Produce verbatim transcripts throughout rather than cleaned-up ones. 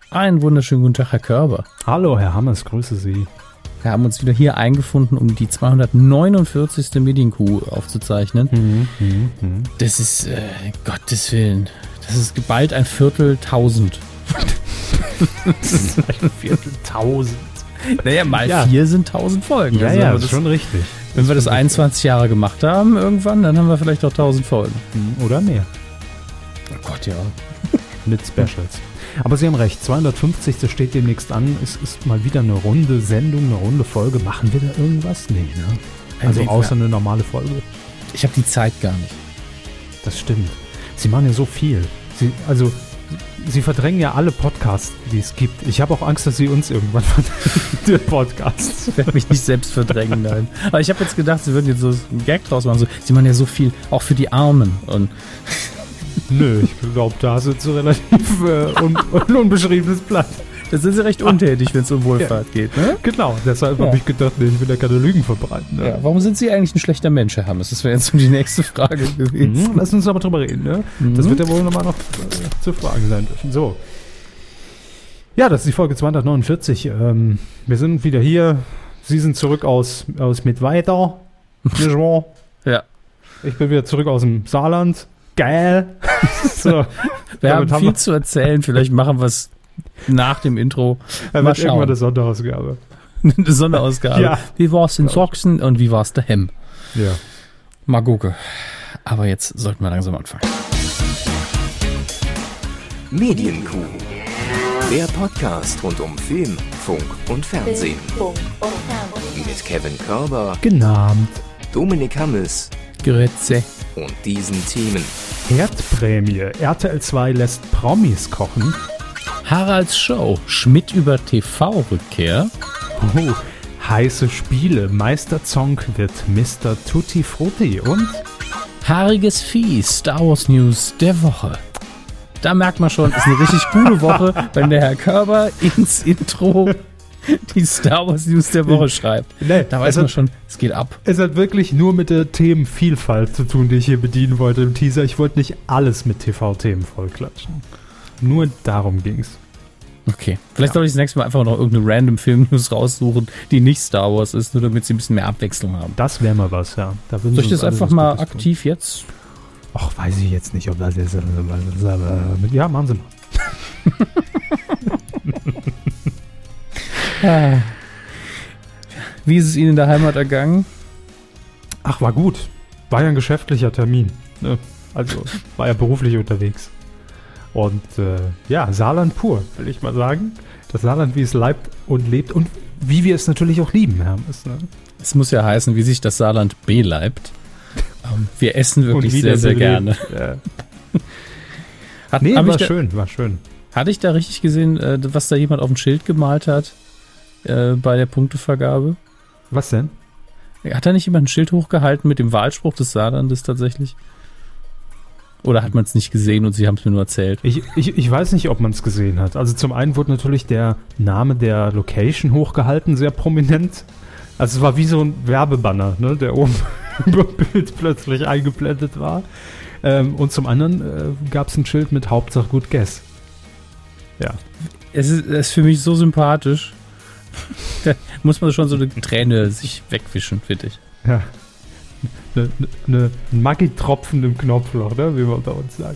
Einen wunderschönen guten Tag, Herr Körber. Hallo, Herr Hammers, grüße Sie. Wir haben uns wieder hier eingefunden, um die zweihundertneunundvierzigste Medienkuh aufzuzeichnen. Mhm, mh, mh. Das ist, äh, Gottes Willen, das ist bald ein Vierteltausend. Das ist ein Vierteltausend. Naja, mal Ja. vier sind tausend Folgen. Ja, Also, ja, wenn wir das ist das, schon richtig. wenn wir das einundzwanzig Jahre gemacht haben irgendwann, dann haben wir vielleicht auch tausend Folgen. Oder mehr. Oh Gott, ja. Mit Specials. Aber Sie haben recht, zweihundertfünfzig, das steht demnächst an. Es ist mal wieder eine runde Sendung, eine runde Folge. Machen wir da irgendwas? Nee, ne? Also Irgendwie außer war- eine normale Folge. Ich habe die Zeit gar nicht. Das stimmt. Sie machen ja so viel. Sie, also, Sie verdrängen ja alle Podcasts, die es gibt. Ich habe auch Angst, dass Sie uns irgendwann verdrängen, den Podcast. Ich werde mich nicht selbst verdrängen, nein. Aber ich habe jetzt gedacht, Sie würden jetzt so einen Gag draus machen. So, Sie machen ja so viel, auch für die Armen. Und Nö, ich glaube, da sind Sie relativ äh, un, un, unbeschriebenes Blatt. da sind Sie recht untätig, wenn es um Wohlfahrt geht, ne? Genau, deshalb Ja. habe ich gedacht, nee, ich will ja keine Lügen verbreiten. Ne? Ja, warum sind Sie eigentlich ein schlechter Mensch, Herr Hammes? Das wäre jetzt so die nächste Frage gewesen. Mhm, lass uns aber drüber reden. Ne? Mhm. Das wird ja wohl nochmal noch äh, zu fragen sein dürfen. So. Ja, das ist die Folge zweihundertneunundvierzig. Ähm, wir sind wieder hier. Sie sind zurück aus, aus Mittweida. Nicht wahr? Ja. Ich bin wieder zurück aus dem Saarland. Geil. So. Wir haben Damit haben viel wir- zu erzählen. Vielleicht machen wir es nach dem Intro. Da Mal wird irgendwann schauen. eine Sonderausgabe. Eine Sonderausgabe. Ja. Wie war es in Sachsen und wie war es daheim? Ja. Mal gucken. Aber jetzt sollten wir langsam anfangen. Medienkuh. Der Podcast rund um Film, Funk und Fernsehen. Mit Kevin Körber, Genannt. Dominik Hammes Grütze. und diesen Themen. Herdprämie. R T L zwei lässt Promis kochen. Haralds Show. Schmidt über T V-Rückkehr. Oh, heiße Spiele. Meisterzonk wird Mister Tutti Frutti und Haariges Vieh. Star Wars News der Woche. Da merkt man schon, ist eine richtig gute Woche, wenn der Herr Körber ins Intro die Star Wars News der Woche schreibt. Nee, Da weiß es man hat- schon, es geht ab. Es hat wirklich nur mit der Themenvielfalt zu tun, die ich hier bedienen wollte im Teaser. Ich wollte nicht alles mit T V-Themen vollklatschen. Nur darum ging's. Okay. Vielleicht soll ich das nächste Mal einfach noch irgendeine random Film-News raussuchen, die nicht Star Wars ist, nur damit sie ein bisschen mehr Abwechslung haben. Das wäre mal was, ja. Da würden Soll ich sie das uns alle einfach was mal Gutes tun. aktiv jetzt? Ach, weiß ich jetzt nicht, ob das jetzt... äh, äh, Ja, machen Sie mal. Ah. Wie ist es Ihnen in der Heimat ergangen? Ach, war gut. War ja ein geschäftlicher Termin. Ne? Also, war ja beruflich unterwegs. Und äh, ja, Saarland pur, will ich mal sagen. Das Saarland, wie es leibt und lebt und wie wir es natürlich auch lieben, Hermes. Ne? Es muss ja heißen, wie sich das Saarland beleibt. Ähm, Wir essen wirklich Und sehr, sehr gerne. wiederbelebt. Ja. Hat, Nee, hab war ich da, schön, war schön. hatte ich da richtig gesehen, äh, was da jemand auf dem Schild gemalt hat äh, bei der Punktevergabe? Was denn? Hat da nicht jemand ein Schild hochgehalten mit dem Wahlspruch des Saarlandes tatsächlich? Oder hat man es nicht gesehen und Sie haben es mir nur erzählt? Ich, ich, ich weiß nicht, ob man es gesehen hat. Also zum einen wurde natürlich der Name der Location hochgehalten, sehr prominent. Also es war wie so ein Werbebanner, ne, der oben über Bild plötzlich eingeblendet war. Ähm, und zum anderen äh, gab es ein Schild mit Hauptsache gut Guess. Ja. Es ist, es ist für mich so sympathisch. Da muss man schon so eine Träne sich wegwischen, finde ich. Ja. Ne, ne, ne, ein Maggi-Tropfen im Knopfloch, ne, wie man bei uns sagt.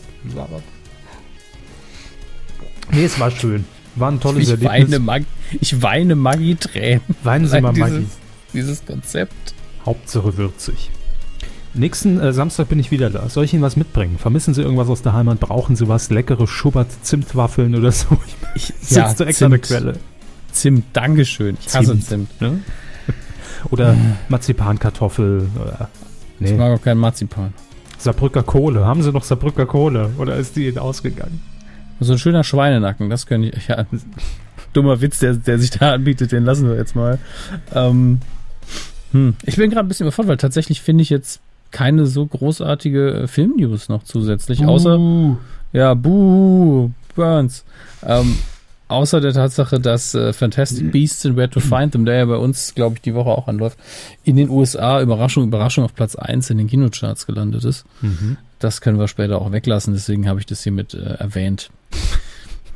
Nee, es war schön. War ein tolles Ich weine, Erlebnis. Mag ich weine Maggi-Tränen. Weinen Sie mal, dieses, Maggi. Dieses Konzept. Hauptsache würzig. Nächsten äh, Samstag bin ich wieder da. Soll ich Ihnen was mitbringen? Vermissen Sie irgendwas aus der Heimat? Brauchen Sie was? Leckere Schubert-Zimtwaffeln oder so? Ich sitze Ja, direkt Zimt. an der Quelle. Zimt, Dankeschön. Ich hasse Zimt. Ne? Oder Marzipankartoffel. Oder, Ich nee, mag auch keinen Marzipan. Saarbrücker Kohle. Haben Sie noch Saarbrücker Kohle? Oder ist die Ihnen ausgegangen? So ein schöner Schweinenacken, das könnte ich. Ja, dummer Witz, der, der sich da anbietet, den lassen wir jetzt mal. Ähm, hm. Ich bin gerade ein bisschen überfordert, weil tatsächlich finde ich jetzt keine so großartige äh, Film-News noch zusätzlich. Außer, Uh. ja, buh, Burns. Ähm, außer der Tatsache, dass äh, Fantastic Beasts and Where to Find Them, der ja bei uns, glaube ich, die Woche auch anläuft, in den U S A, Überraschung, Überraschung, auf Platz eins in den Kinocharts gelandet ist. Mhm. Das können wir später auch weglassen, deswegen habe ich das hiermit äh, erwähnt.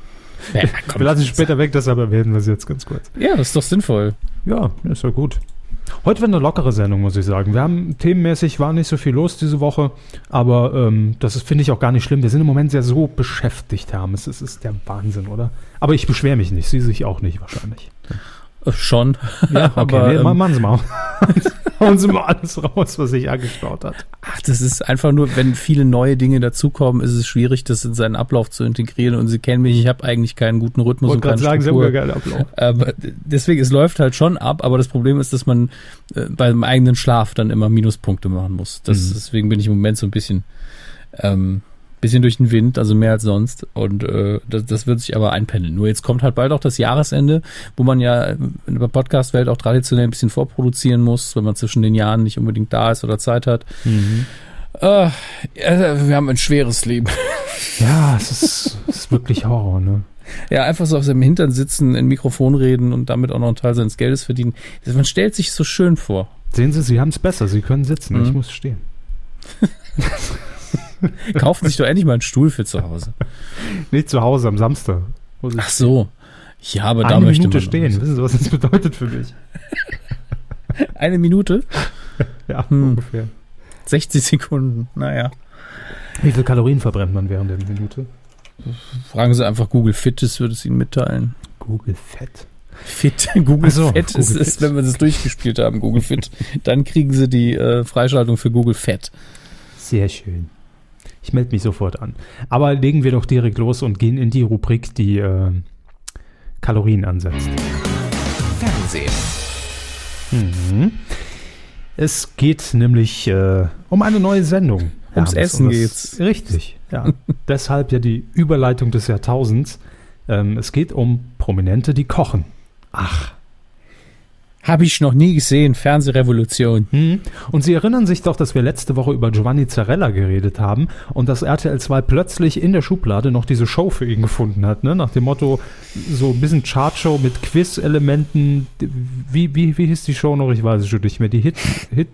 Ja, komm, wir lassen es später weg, deshalb erwähnen wir es jetzt ganz kurz. Ja, das ist doch sinnvoll. Ja, ist doch gut. Heute war eine lockere Sendung, muss ich sagen. Wir haben themenmäßig war nicht so viel los diese Woche, aber ähm, das finde ich auch gar nicht schlimm. Wir sind im Moment ja so beschäftigt, Hermes. Es ist der Wahnsinn, oder? Aber ich beschwere mich nicht, Sie sich auch nicht wahrscheinlich. Äh, schon. Ja, okay, aber nee, ähm, machen Sie mal. Hauen Sie mal alles raus, was sich angestaut hat. ach, das ist einfach nur, wenn viele neue Dinge dazukommen, ist es schwierig, das in seinen Ablauf zu integrieren. Und Sie kennen mich, ich habe eigentlich keinen guten Rhythmus Ich und wollte keine gerade sagen, Sie haben Struktur. gar keinen Ablauf. Aber deswegen, es läuft halt schon ab, aber das Problem ist, dass man äh, beim eigenen Schlaf dann immer Minuspunkte machen muss. Das, Mhm. Deswegen bin ich im Moment so ein bisschen, ähm, bisschen durch den Wind, also mehr als sonst. Und äh, das, das wird sich aber einpendeln. Nur jetzt kommt halt bald auch das Jahresende, wo man ja in der Podcast-Welt auch traditionell ein bisschen vorproduzieren muss, wenn man zwischen den Jahren nicht unbedingt da ist oder Zeit hat. Mhm. Äh, wir haben ein schweres Leben. Ja, es ist, es ist wirklich Horror, ne? Ja, einfach so auf seinem Hintern sitzen, in Mikrofon reden und damit auch noch einen Teil seines Geldes verdienen. Man stellt sich so schön vor. Sehen Sie, Sie haben es besser. Sie können sitzen. Mhm. Ich muss stehen. Kaufen sich doch endlich mal einen Stuhl für zu Hause. Nicht zu Hause am Samstag. Muss ich Ach so. Ja, aber da eine möchte Minute man stehen. noch. Wissen Sie, was das bedeutet für mich? Eine Minute? Ja, Hm. ungefähr. sechzig Sekunden. Naja. Wie viel Kalorien verbrennt man während der Minute? Fragen Sie einfach Google Fit, das würde es Ihnen mitteilen. Google Fett. Fit, Google Ach so, Fett Google ist, ist, Fit. wenn wir das durchgespielt haben, Google Fit, dann kriegen Sie die äh, Freischaltung für Google Fett. Sehr schön. Ich melde mich sofort an. Aber legen wir doch direkt los und gehen in die Rubrik, die äh, Kalorien ansetzt. Fernsehen. Mhm. Es geht nämlich äh, um eine neue Sendung. Ums Hermes. Essen Und das- geht's. Richtig, ja. Deshalb ja die Überleitung des Jahrtausends. Ähm, es geht um Prominente, die kochen. Ach. Habe ich noch nie gesehen. Fernsehrevolution. Hm. Und Sie erinnern sich doch, dass wir letzte Woche über Giovanni Zarella geredet haben und dass R T L zwei plötzlich in der Schublade noch diese Show für ihn gefunden hat, ne? Nach dem Motto, so ein bisschen Chartshow mit Quiz-Elementen. Wie, wie, wie hieß die Show noch? Ich weiß es schon nicht mehr. Die Hit, Hit,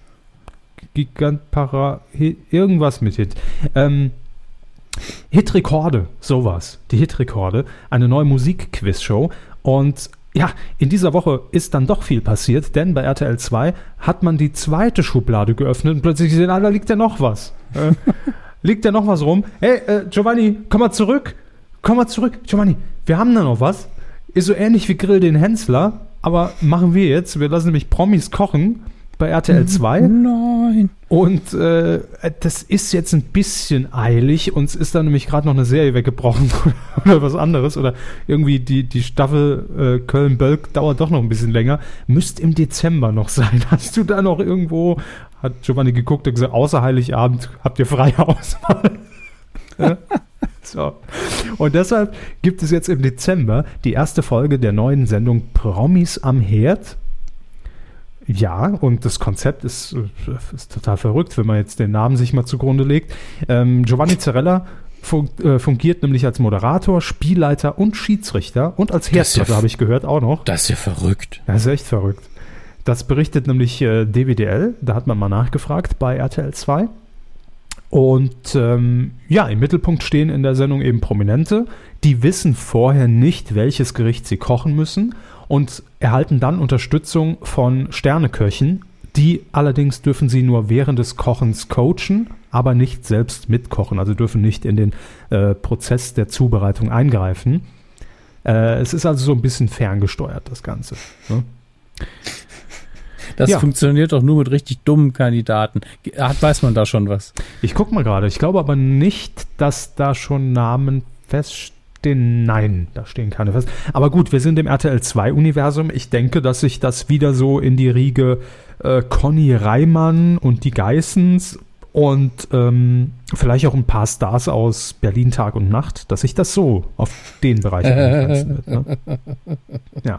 Gigant Para, Hit, irgendwas mit Hit. Ähm, Hitrekorde, sowas. Die Hitrekorde, eine neue Musik-Quiz-Show. Und ja, in dieser Woche ist dann doch viel passiert, denn bei R T L zwei hat man die zweite Schublade geöffnet und plötzlich gesehen, ah, da liegt ja noch was. Äh, liegt ja noch was rum. Hey, äh, Giovanni, komm mal zurück. Komm mal zurück. Giovanni, wir haben da noch was. Ist so ähnlich wie Grill den Hensler, aber machen wir jetzt. Wir lassen nämlich Promis kochen bei R T L zwei. Nein. Und äh, das ist jetzt ein bisschen eilig. Uns ist da nämlich gerade noch eine Serie weggebrochen oder was anderes. Oder irgendwie die, die Staffel äh, Köln-Bölk dauert doch noch ein bisschen länger. Müsste im Dezember noch sein. Hast du da noch irgendwo, hat Giovanni geguckt und gesagt, außer Heiligabend habt ihr freie Auswahl. Ja? So. Und deshalb gibt es jetzt im Dezember die erste Folge der neuen Sendung Promis am Herd. Ja, und das Konzept ist, ist total verrückt, wenn man jetzt den Namen sich mal zugrunde legt. Ähm, Giovanni Zarella fun- äh, fungiert nämlich als Moderator, Spielleiter und Schiedsrichter und als Das ist ja Herdplatte, f- habe ich gehört, auch noch. Das ist ja verrückt. Das ist echt verrückt. Das berichtet nämlich äh, D W D L, da hat man mal nachgefragt bei R T L zwei. Und ähm, ja, im Mittelpunkt stehen in der Sendung eben Prominente, die wissen vorher nicht, welches Gericht sie kochen müssen und erhalten dann Unterstützung von Sterneköchen. Die allerdings dürfen sie nur während des Kochens coachen, aber nicht selbst mitkochen, also dürfen nicht in den äh, Prozess der Zubereitung eingreifen. Äh, es ist also so ein bisschen ferngesteuert, das Ganze. Ne? Das Ja. funktioniert doch nur mit richtig dummen Kandidaten. Hat, weiß man da schon was? Ich gucke mal gerade. Ich glaube aber nicht, dass da schon Namen feststehen. Nein, da stehen keine fest. Aber gut, wir sind im R T L zwei Universum. Ich denke, dass sich das wieder so in die Riege äh, Conny Reimann und die Geissens und ähm, vielleicht auch ein paar Stars aus Berlin Tag und Nacht, dass sich das so auf den Bereich angrenzen wird. Ne? Ja.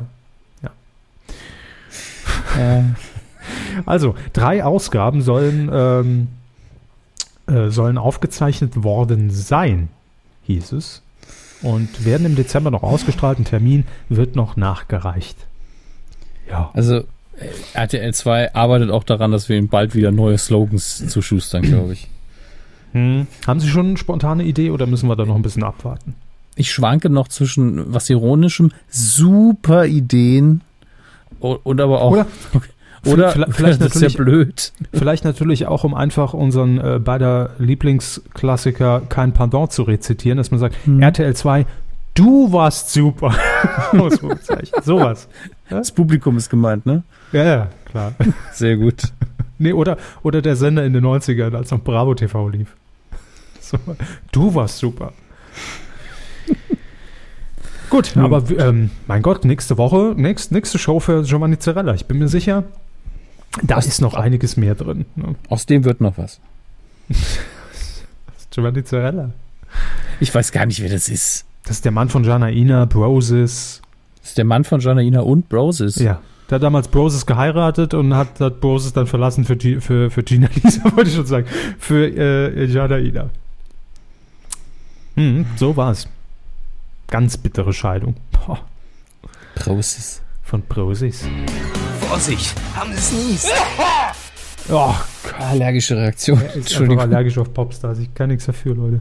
Äh, Also, drei Ausgaben sollen, ähm, äh, sollen aufgezeichnet worden sein, hieß es. Und werden im Dezember noch ausgestrahlt. Ein Termin wird noch nachgereicht. Ja. also äh, R T L zwei arbeitet auch daran, dass wir ihm bald wieder neue Slogans zuschustern, glaube ich. Hm. Haben Sie schon eine spontane Idee oder müssen wir da noch ein bisschen abwarten? ich schwanke noch zwischen was Ironischem, super Ideen und, und aber auch... Oder, oder vielleicht, vielleicht das ist ja blöd. Vielleicht natürlich auch, um einfach unseren äh, beider Lieblingsklassiker Kein Pendant zu rezitieren, dass man sagt, hm. R T L zwei, du warst super. Sowas. Ja? Das Publikum ist gemeint, ne? Ja, ja, klar. Sehr gut. Nee, oder, oder der Sender in den neunzigern, als noch Bravo T V lief. So, du warst super. Gut, hm. aber ähm, mein Gott, nächste Woche, nächst, nächste Show für Giovanni Zarella. Ich bin mir sicher, da ist noch einiges mehr drin. Ne? Aus dem wird noch was. Giovanni Zarella. Ich weiß gar nicht, wer das ist. Das ist der Mann von Janaina, Broses. Das ist der Mann von Janaina und Broses. Ja, der hat damals Broses geheiratet und hat, hat Broses dann verlassen für, G, für, für Gina Lisa, wollte ich schon sagen. Für äh, Janaina. Hm, so war's. Ganz bittere Scheidung. Boah. Broses. Von Broses. Vorsicht, haben Sie es nie. Oh, allergische Reaktion. Er ist einfach allergisch auf Popstars. Ich kann nichts dafür, Leute.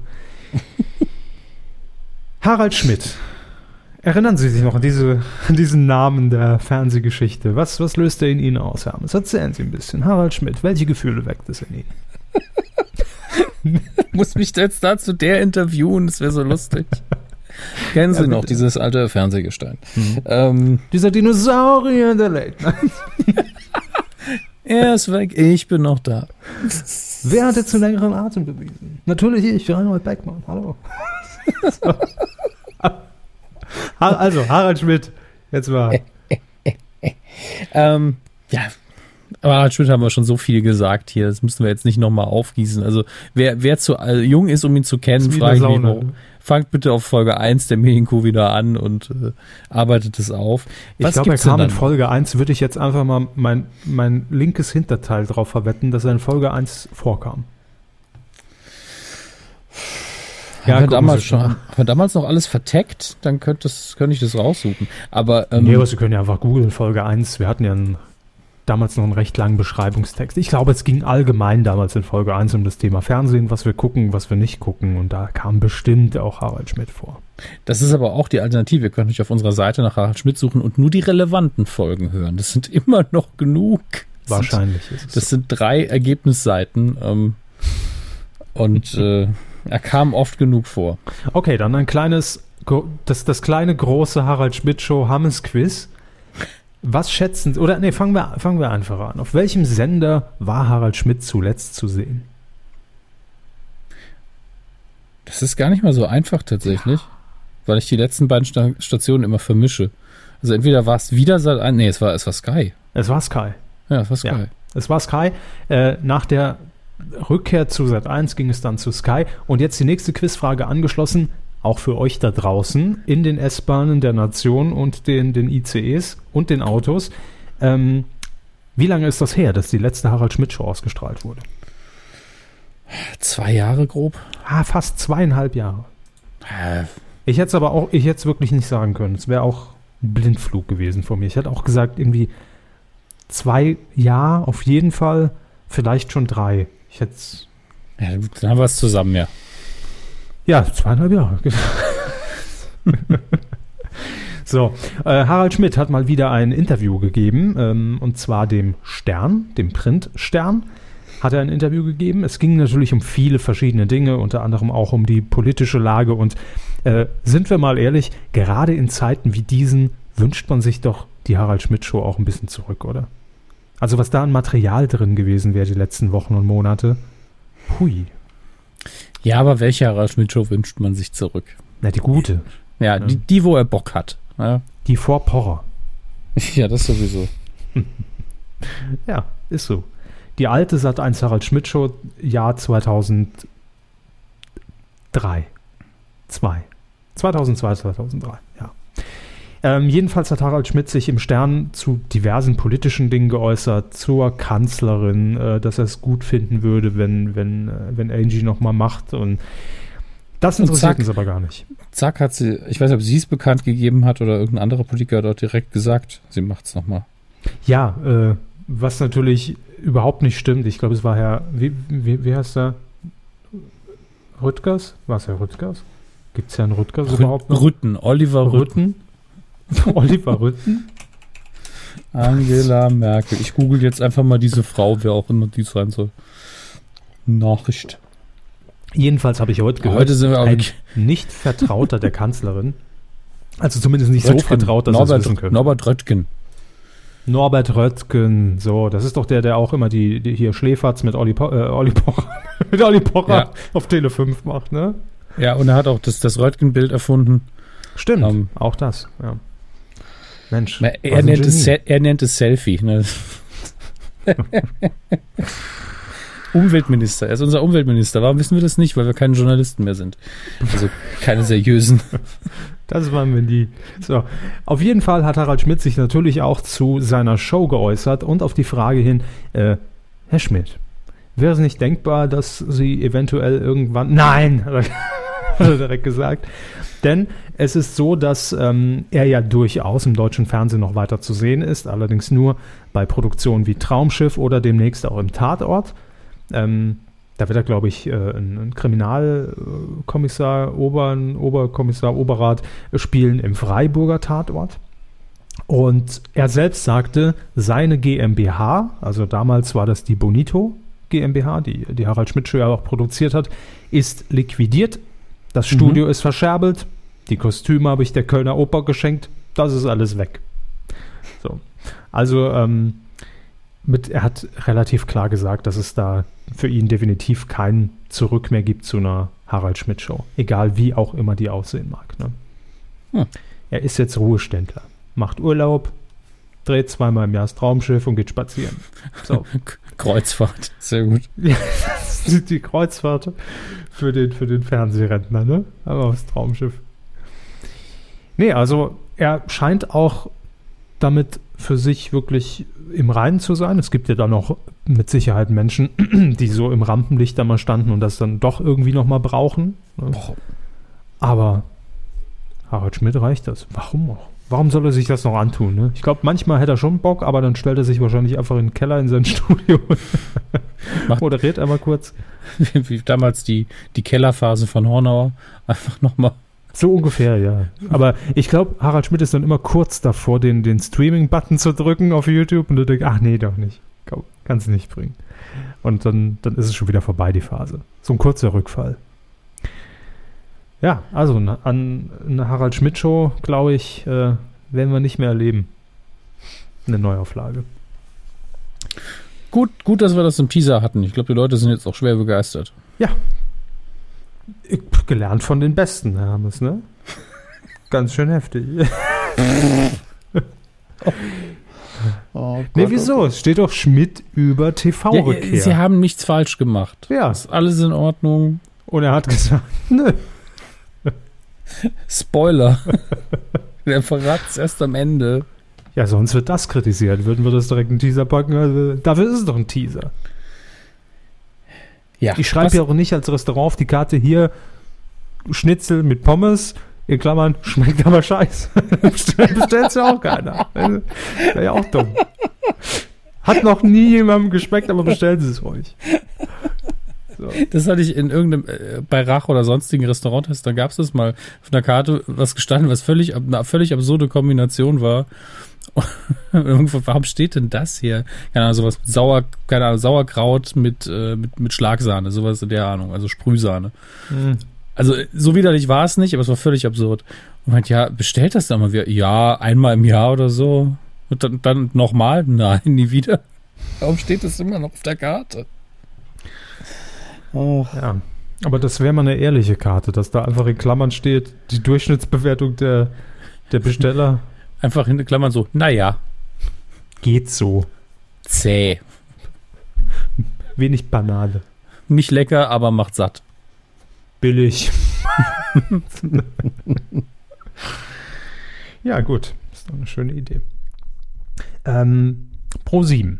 Harald Schmidt. Erinnern Sie sich noch an, diese, an diesen Namen der Fernsehgeschichte? Was, was löst er in Ihnen aus, Hermes? Erzählen Sie ein bisschen. Harald Schmidt, welche Gefühle weckt es in Ihnen? Muss mich jetzt dazu der interviewen, das wäre so lustig. Kennen Sie ja, noch dieses alte Fernsehgestein? Mhm. Ähm, Dieser Dinosaurier in der Late Night. Er ist weg, ich bin noch da. Wer hat jetzt einen längeren Atem bewiesen? Natürlich ich, Reinhold Beckmann. Hallo. So. Also, Harald Schmidt, jetzt mal. ähm, ja, aber Harald Schmidt haben wir schon so viel gesagt hier, das müssen wir jetzt nicht nochmal aufgießen. Also, wer, wer zu äh, jung ist, um ihn zu kennen, frage ich mich, warum. Fangt bitte auf Folge eins der Medienkuh wieder an und äh, arbeitet es auf. Was ich glaube, er kam in Folge eins, würde ich jetzt einfach mal mein, mein linkes Hinterteil drauf verwetten, dass er in Folge eins vorkam. Ja, haben wir damals schon, haben wir damals noch alles verteckt, dann könnte, das, könnte ich das raussuchen. Aber, ähm, nee, aber Sie können ja einfach googeln, Folge eins. Wir hatten ja einen, damals noch einen recht langen Beschreibungstext. Ich glaube, es ging allgemein damals in Folge eins um das Thema Fernsehen, was wir gucken, was wir nicht gucken. Und da kam bestimmt auch Harald Schmidt vor. Das ist aber auch die Alternative. Ihr könnt euch auf unserer Seite nach Harald Schmidt suchen und nur die relevanten Folgen hören. Das sind immer noch genug. Das Wahrscheinlich sind, ist es Das so. sind drei Ergebnisseiten. Ähm, und äh, er kam oft genug vor. Okay, dann ein kleines, das, das kleine, große Harald Schmidt-Show Hammes-Quiz. Was schätzen Sie, oder nee, fangen wir, fangen wir einfach an. Auf welchem Sender war Harald Schmidt zuletzt zu sehen? Das ist gar nicht mal so einfach tatsächlich, ja. Weil ich die letzten beiden Sta- Stationen immer vermische. Also entweder war es wieder Sat eins, nee, es war, es war Sky. Es war Sky. Ja, es war Sky. Ja, es war Sky. Äh, nach der Rückkehr zu Sat eins ging es dann zu Sky. Und jetzt die nächste Quizfrage angeschlossen, auch für euch da draußen, in den S-Bahnen der Nation und den, den I C Es und den Autos. Ähm, wie lange ist das her, dass die letzte Harald Schmidt-Show ausgestrahlt wurde? Zwei Jahre grob? Ah, fast zweieinhalb Jahre. Äh. Ich hätte es aber auch, ich hätte es wirklich nicht sagen können. Es wäre auch ein Blindflug gewesen von mir. Ich hätte auch gesagt, irgendwie zwei Jahre auf jeden Fall, vielleicht schon drei. Ich hätte es. Ja, dann haben wir es zusammen, ja. Ja, zweieinhalb Jahre. So, äh, Harald Schmidt hat mal wieder ein Interview gegeben, ähm, und zwar dem Stern, dem Print-Stern, hat er ein Interview gegeben. Es ging natürlich um viele verschiedene Dinge, unter anderem auch um die politische Lage. Und äh, sind wir mal ehrlich, gerade in Zeiten wie diesen wünscht man sich doch die Harald Schmidt-Show auch ein bisschen zurück, oder? Also was da an Material drin gewesen wäre die letzten Wochen und Monate. Hui. Ja, aber welche Harald Schmidt-Show wünscht man sich zurück? Na, die gute. Ja, ja. Die, die, wo er Bock hat. Ja. Die vor Porrer. Ja, das sowieso. Ja, ist so. Die alte Sat eins Harald Schmidt Show, Jahr zweitausenddrei. Zwei. zweitausendzwei, zweitausenddrei, ja. Ähm, jedenfalls hat Harald Schmidt sich im Stern zu diversen politischen Dingen geäußert, zur Kanzlerin, äh, dass er es gut finden würde, wenn, wenn, äh, wenn Angie nochmal macht. Und das interessiert uns aber gar nicht. Zack hat sie, ich weiß nicht, ob sie es bekannt gegeben hat oder irgendein anderer Politiker dort direkt gesagt, sie macht es nochmal. Ja, äh, was natürlich überhaupt nicht stimmt. Ich glaube, es war Herr, wie, wie, wie heißt er? Rüttgers? War es Herr Rüttgers? Gibt es Herrn Rüttger Rü- überhaupt noch? Rütten, Oliver Rütten. Rütten? Oliver Rütten? Angela Merkel. Ich google jetzt einfach mal diese Frau, wer auch immer die sein soll. Nachricht. Jedenfalls habe ich heute gehört, Heute sind wir auch ein wirklich- nicht Vertrauter der Kanzlerin, also zumindest nicht Röttgen. so vertraut, dass er es Norbert, wissen könnte. Norbert Röttgen. Norbert Röttgen, so, das ist doch der, der auch immer die, die hier Schläferz mit Olli, po, äh, Olli Pocher, mit Olli Pocher Ja. auf Tele fünf macht, ne? Ja, und er hat auch das, das Röttgen-Bild erfunden. Stimmt, Ähm, auch das, ja. Mensch, Na, was Er ein nennt, es, Genie. Se- er nennt es Selfie. Ne? Umweltminister. Er ist unser Umweltminister. Warum wissen wir das nicht? Weil wir keine Journalisten mehr sind. Also keine seriösen. Das waren wir nie. So, auf jeden Fall hat Harald Schmidt sich natürlich auch zu seiner Show geäußert und auf die Frage hin, äh, Herr Schmidt, wäre es nicht denkbar, dass Sie eventuell irgendwann... Nein, hat er direkt gesagt. Denn es ist so, dass ähm, er ja durchaus im deutschen Fernsehen noch weiter zu sehen ist, allerdings nur bei Produktionen wie Traumschiff oder demnächst auch im Tatort. Ähm, da wird er, glaube ich, äh, ein, ein Kriminalkommissar, Ober, ein Oberkommissar, Oberrat spielen im Freiburger Tatort. Und er selbst sagte, seine GmbH, also damals war das die Bonito GmbH, die, die Harald Schmidt Show ja auch produziert hat, ist liquidiert. Das Studio ist verscherbelt. Die Kostüme habe ich der Kölner Oper geschenkt. Das ist alles weg. So. Also, ähm, mit, er hat relativ klar gesagt, dass es da für ihn definitiv kein Zurück mehr gibt zu einer Harald Schmidt Show. Egal wie auch immer die aussehen mag. Ne? Hm. Er ist jetzt Ruheständler. Macht Urlaub, dreht zweimal im Jahr das Traumschiff und geht spazieren. So. Kreuzfahrt. Sehr gut. Ja, das ist die Kreuzfahrt für den, für den Fernsehrentner, ne? Aber aufs Traumschiff. Nee, also er scheint auch damit für sich wirklich im Reinen zu sein. Es gibt ja dann auch mit Sicherheit Menschen, die so im Rampenlicht da mal standen und das dann doch irgendwie nochmal brauchen. Ne? Aber Harald Schmidt reicht das. Warum auch? Warum soll er sich das noch antun? Ne? Ich glaube, manchmal hätte er schon Bock, aber dann stellt er sich wahrscheinlich einfach in den Keller in sein Studio und moderiert einmal kurz. Wie, wie damals die, die Kellerphase von Hornauer. Einfach nochmal. So ungefähr, ja. Aber ich glaube, Harald Schmidt ist dann immer kurz davor, den, den Streaming-Button zu drücken auf YouTube und du denkst, ach nee, doch nicht. Kannst du nicht bringen. Und dann, dann ist es schon wieder vorbei, die Phase. So ein kurzer Rückfall. Ja, also an eine Harald Schmidt-Show, glaube ich, äh, werden wir nicht mehr erleben. Eine Neuauflage. Gut, gut, dass wir das im Teaser hatten. Ich glaube, die Leute sind jetzt auch schwer begeistert. Ja. Ich, gelernt von den Besten, Herr Hammes, ne? Ganz schön heftig. Oh nee, wieso? Es steht doch Schmidt über T V-Rückkehr. Ja, sie haben nichts falsch gemacht. Ja. Ist alles in Ordnung. Und er hat gesagt, nö. Spoiler. Der verrat es erst am Ende. Ja, sonst wird das kritisiert. Würden wir das direkt in den Teaser packen? Also, dafür ist es doch ein Teaser. Ja, Ich schreibe ja auch nicht als Restaurant auf die Karte hier Schnitzel mit Pommes, in Klammern, schmeckt aber scheiße. Bestellt ja auch keiner. Wäre ja auch dumm. Hat noch nie jemandem geschmeckt, aber bestellen Sie es ruhig. So. Das hatte ich in irgendeinem, äh, bei Rach oder sonstigen Restauranttest, da gab es das mal auf einer Karte, was gestanden, was völlig, eine völlig absurde Kombination war. Warum steht denn das hier? Keine Ahnung, sowas mit Sauer, keine Ahnung, Sauerkraut mit, äh, mit, mit Schlagsahne, sowas in der Ahnung, also Sprühsahne. Mhm. Also so widerlich war es nicht, aber es war völlig absurd. Und meint, ja, bestellt das dann mal wieder? Ja, einmal im Jahr oder so. Und dann, dann nochmal? Nein, nie wieder. Warum steht das immer noch auf der Karte? Oh. Ja, aber das wäre mal eine ehrliche Karte, dass da einfach in Klammern steht, die Durchschnittsbewertung der, der Besteller. Einfach hinter Klammern so, naja, Geht so. zäh. Wenig Banane. Nicht lecker, aber macht satt. Billig. Ja, gut. Das ist doch eine schöne Idee. Ähm, ProSieben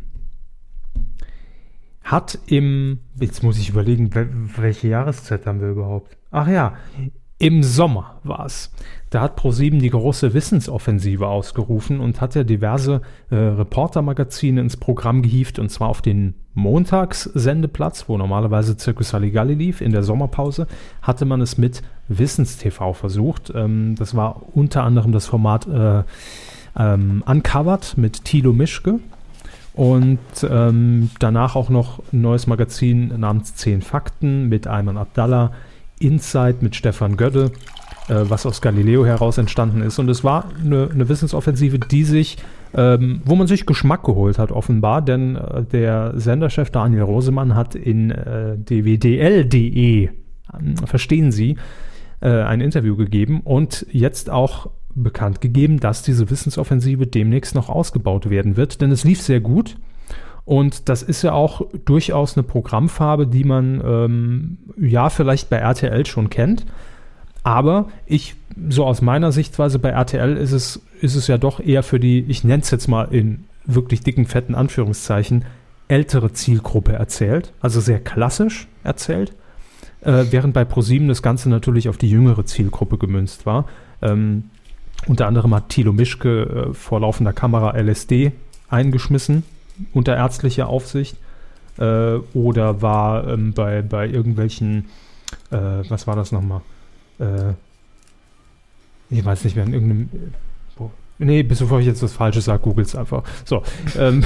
hat im, jetzt muss ich überlegen, wel- welche Jahreszeit haben wir überhaupt? Ach ja, Im Sommer war es. Da hat ProSieben die große Wissensoffensive ausgerufen und hat ja diverse äh, Reportermagazine ins Programm gehievt, und zwar auf den Montagssendeplatz, wo normalerweise Circus Halligalli lief. In der Sommerpause hatte man es mit Wissenstv versucht. Ähm, das war unter anderem das Format äh, ähm, Uncovered mit Thilo Mischke und ähm, danach auch noch ein neues Magazin namens zehn Fakten mit Ayman Abdallah, Insight mit Stefan Gödde, was aus Galileo heraus entstanden ist. Und es war eine, eine Wissensoffensive, die sich, ähm, wo man sich Geschmack geholt hat, offenbar, denn äh, der Senderchef Daniel Rosemann hat in äh, d w d l punkt d e, äh, verstehen Sie, äh, ein Interview gegeben und jetzt auch bekannt gegeben, dass diese Wissensoffensive demnächst noch ausgebaut werden wird, denn es lief sehr gut. Und das ist ja auch durchaus eine Programmfarbe, die man ähm, ja vielleicht bei R T L schon kennt. Aber ich, so aus meiner Sichtweise bei R T L ist es, ist es ja doch eher für die, ich nenne es jetzt mal in wirklich dicken, fetten Anführungszeichen, ältere Zielgruppe erzählt. Also sehr klassisch erzählt. Äh, während bei ProSieben das Ganze natürlich auf die jüngere Zielgruppe gemünzt war. Ähm, unter anderem hat Thilo Mischke äh, vor laufender Kamera L S D eingeschmissen unter ärztlicher Aufsicht. Äh, oder war ähm, bei, bei irgendwelchen, äh, was war das nochmal? Äh, ich weiß nicht mehr, in irgendeinem. Wo, nee, bevor ich jetzt was Falsches sage, googles einfach. So. Ähm,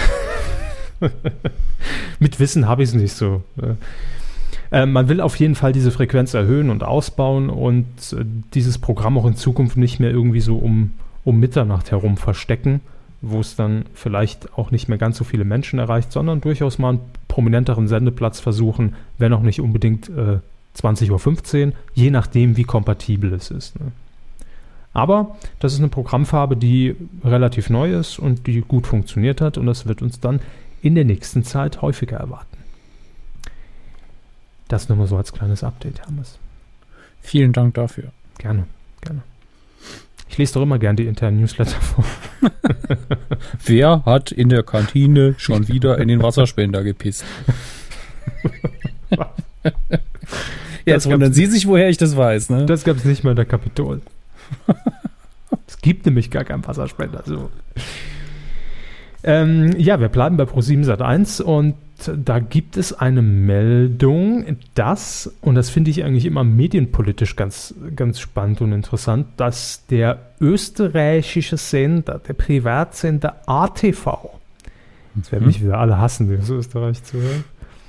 mit Wissen habe ich es nicht so. Äh, man will auf jeden Fall diese Frequenz erhöhen und ausbauen und äh, dieses Programm auch in Zukunft nicht mehr irgendwie so um, um Mitternacht herum verstecken, wo es dann vielleicht auch nicht mehr ganz so viele Menschen erreicht, sondern durchaus mal einen prominenteren Sendeplatz versuchen, wenn auch nicht unbedingt äh, zwanzig Uhr fünfzehn, je nachdem, wie kompatibel es ist. Ne? Aber das ist eine Programmfarbe, die relativ neu ist und die gut funktioniert hat, und das wird uns dann in der nächsten Zeit häufiger erwarten. Das nur mal so als kleines Update, Hermes. Vielen Dank dafür. Gerne, gerne. Ich lese doch immer gern die internen Newsletter vor. Wer hat in der Kantine schon wieder in den Wasserspender gepisst? Jetzt wundern Sie sich, woher ich das weiß, ne? Das gab es nicht mal in der Kapitol. Es gibt nämlich gar keinen Wasserspender. So. Ähm, ja, wir bleiben bei ProSieben Sat eins und da gibt es eine Meldung, dass, und das finde ich eigentlich immer medienpolitisch ganz, ganz spannend und interessant, dass der österreichische Sender, der Privatsender A T V, jetzt werden mich wieder alle hassen, die aus Österreich zuhören,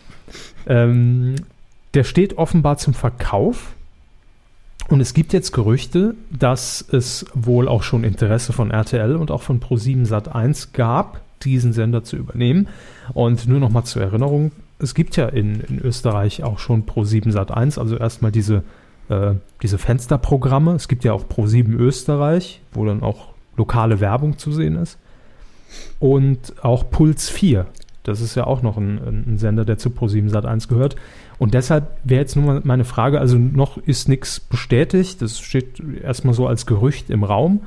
ähm, der steht offenbar zum Verkauf, und es gibt jetzt Gerüchte, dass es wohl auch schon Interesse von R T L und auch von ProSieben Sat eins gab, diesen Sender zu übernehmen. Und nur noch mal zur Erinnerung, es gibt ja in, in Österreich auch schon ProSieben Sat eins, also erstmal diese, äh, diese Fensterprogramme. Es gibt ja auch ProSieben Österreich, wo dann auch lokale Werbung zu sehen ist. Und auch Puls vier. Das ist ja auch noch ein, ein Sender, der zu ProSieben Sat eins gehört. Und deshalb wäre jetzt nur mal meine Frage, also noch ist nichts bestätigt, das steht erstmal so als Gerücht im Raum.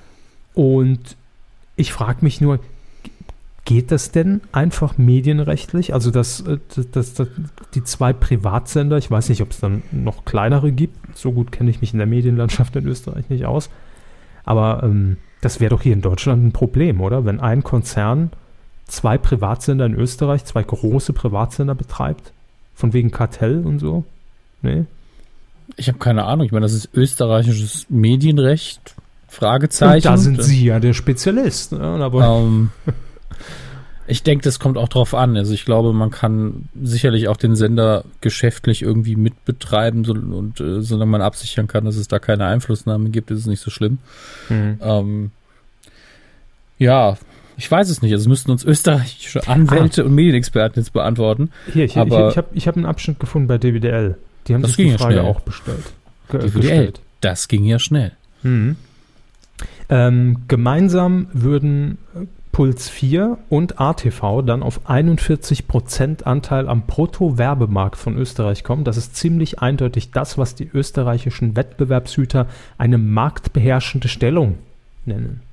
Und ich frage mich nur, geht das denn einfach medienrechtlich? Also dass, dass, dass die zwei Privatsender, ich weiß nicht, ob es dann noch kleinere gibt, so gut kenne ich mich in der Medienlandschaft in Österreich nicht aus, aber ähm, das wäre doch hier in Deutschland ein Problem, oder? Wenn ein Konzern zwei Privatsender in Österreich, zwei große Privatsender betreibt, von wegen Kartell und so? Nee? Ich habe keine Ahnung. Ich meine, das ist österreichisches Medienrecht. Fragezeichen. Und da sind Sie ja der Spezialist. Ne? Aber ähm, ich denke, das kommt auch drauf an. Also ich glaube, man kann sicherlich auch den Sender geschäftlich irgendwie mitbetreiben, so, und äh, solange man absichern kann, dass es da keine Einflussnahme gibt, ist es nicht so schlimm. Mhm. Ähm, ja, ich weiß es nicht. Also es müssten uns österreichische Anwälte ah. und Medienexperten jetzt beantworten. Hier, ich, aber ich, ich habe ich hab einen Abschnitt gefunden bei D W D L. Die haben das sich die ja Frage schnell. auch bestellt. Ge- D W D L, gestellt. Das ging ja schnell. Mhm. Ähm, gemeinsam würden Puls vier und A T V dann auf einundvierzig Prozent Anteil am Brutto-Werbemarkt von Österreich kommen. Das ist ziemlich eindeutig das, was die österreichischen Wettbewerbshüter eine marktbeherrschende Stellung nennen.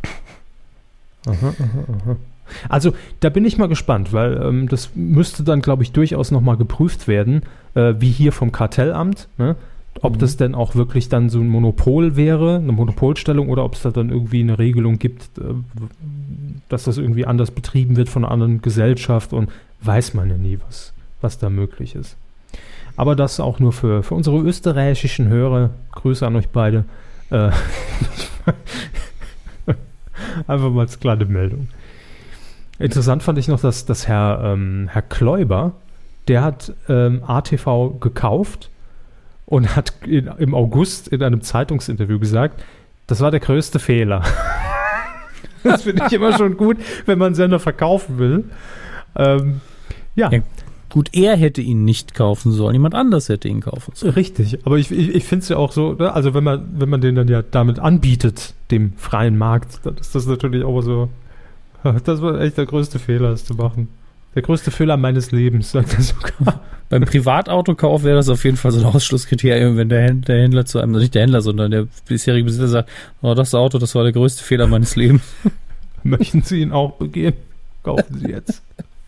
Aha, aha, aha. Also da bin ich mal gespannt, weil ähm, das müsste dann, glaube ich, durchaus nochmal geprüft werden, äh, wie hier vom Kartellamt, ne? Ob Mhm. das denn auch wirklich dann so ein Monopol wäre, eine Monopolstellung, oder ob es da dann irgendwie eine Regelung gibt, äh, dass das irgendwie anders betrieben wird von einer anderen Gesellschaft, und weiß man ja nie, was, was da möglich ist. Aber das auch nur für, für unsere österreichischen Hörer. Grüße an euch beide. Äh, einfach mal als kleine Meldung. Interessant fand ich noch, dass, dass Herr, ähm, Herr Kläuber, der hat ähm, A T V gekauft und hat in, im August in einem Zeitungsinterview gesagt, das war der größte Fehler. Das finde ich immer schon gut, wenn man einen Sender verkaufen will. Ähm, ja. Ja. Gut, er hätte ihn nicht kaufen sollen, jemand anders hätte ihn kaufen sollen. Richtig, aber ich, ich, ich finde es ja auch so, ne? Also wenn man, wenn man den dann ja damit anbietet, dem freien Markt, dann ist das natürlich auch so, das war echt der größte Fehler, das zu machen. Der größte Fehler meines Lebens, sagt er sogar. Beim Privatautokauf wäre das auf jeden Fall so ein Ausschlusskriterium, wenn der Händler, der Händler zu einem, also nicht der Händler, sondern der bisherige Besitzer sagt, oh, das Auto, das war der größte Fehler meines Lebens. Möchten Sie ihn auch begehen? Kaufen Sie jetzt.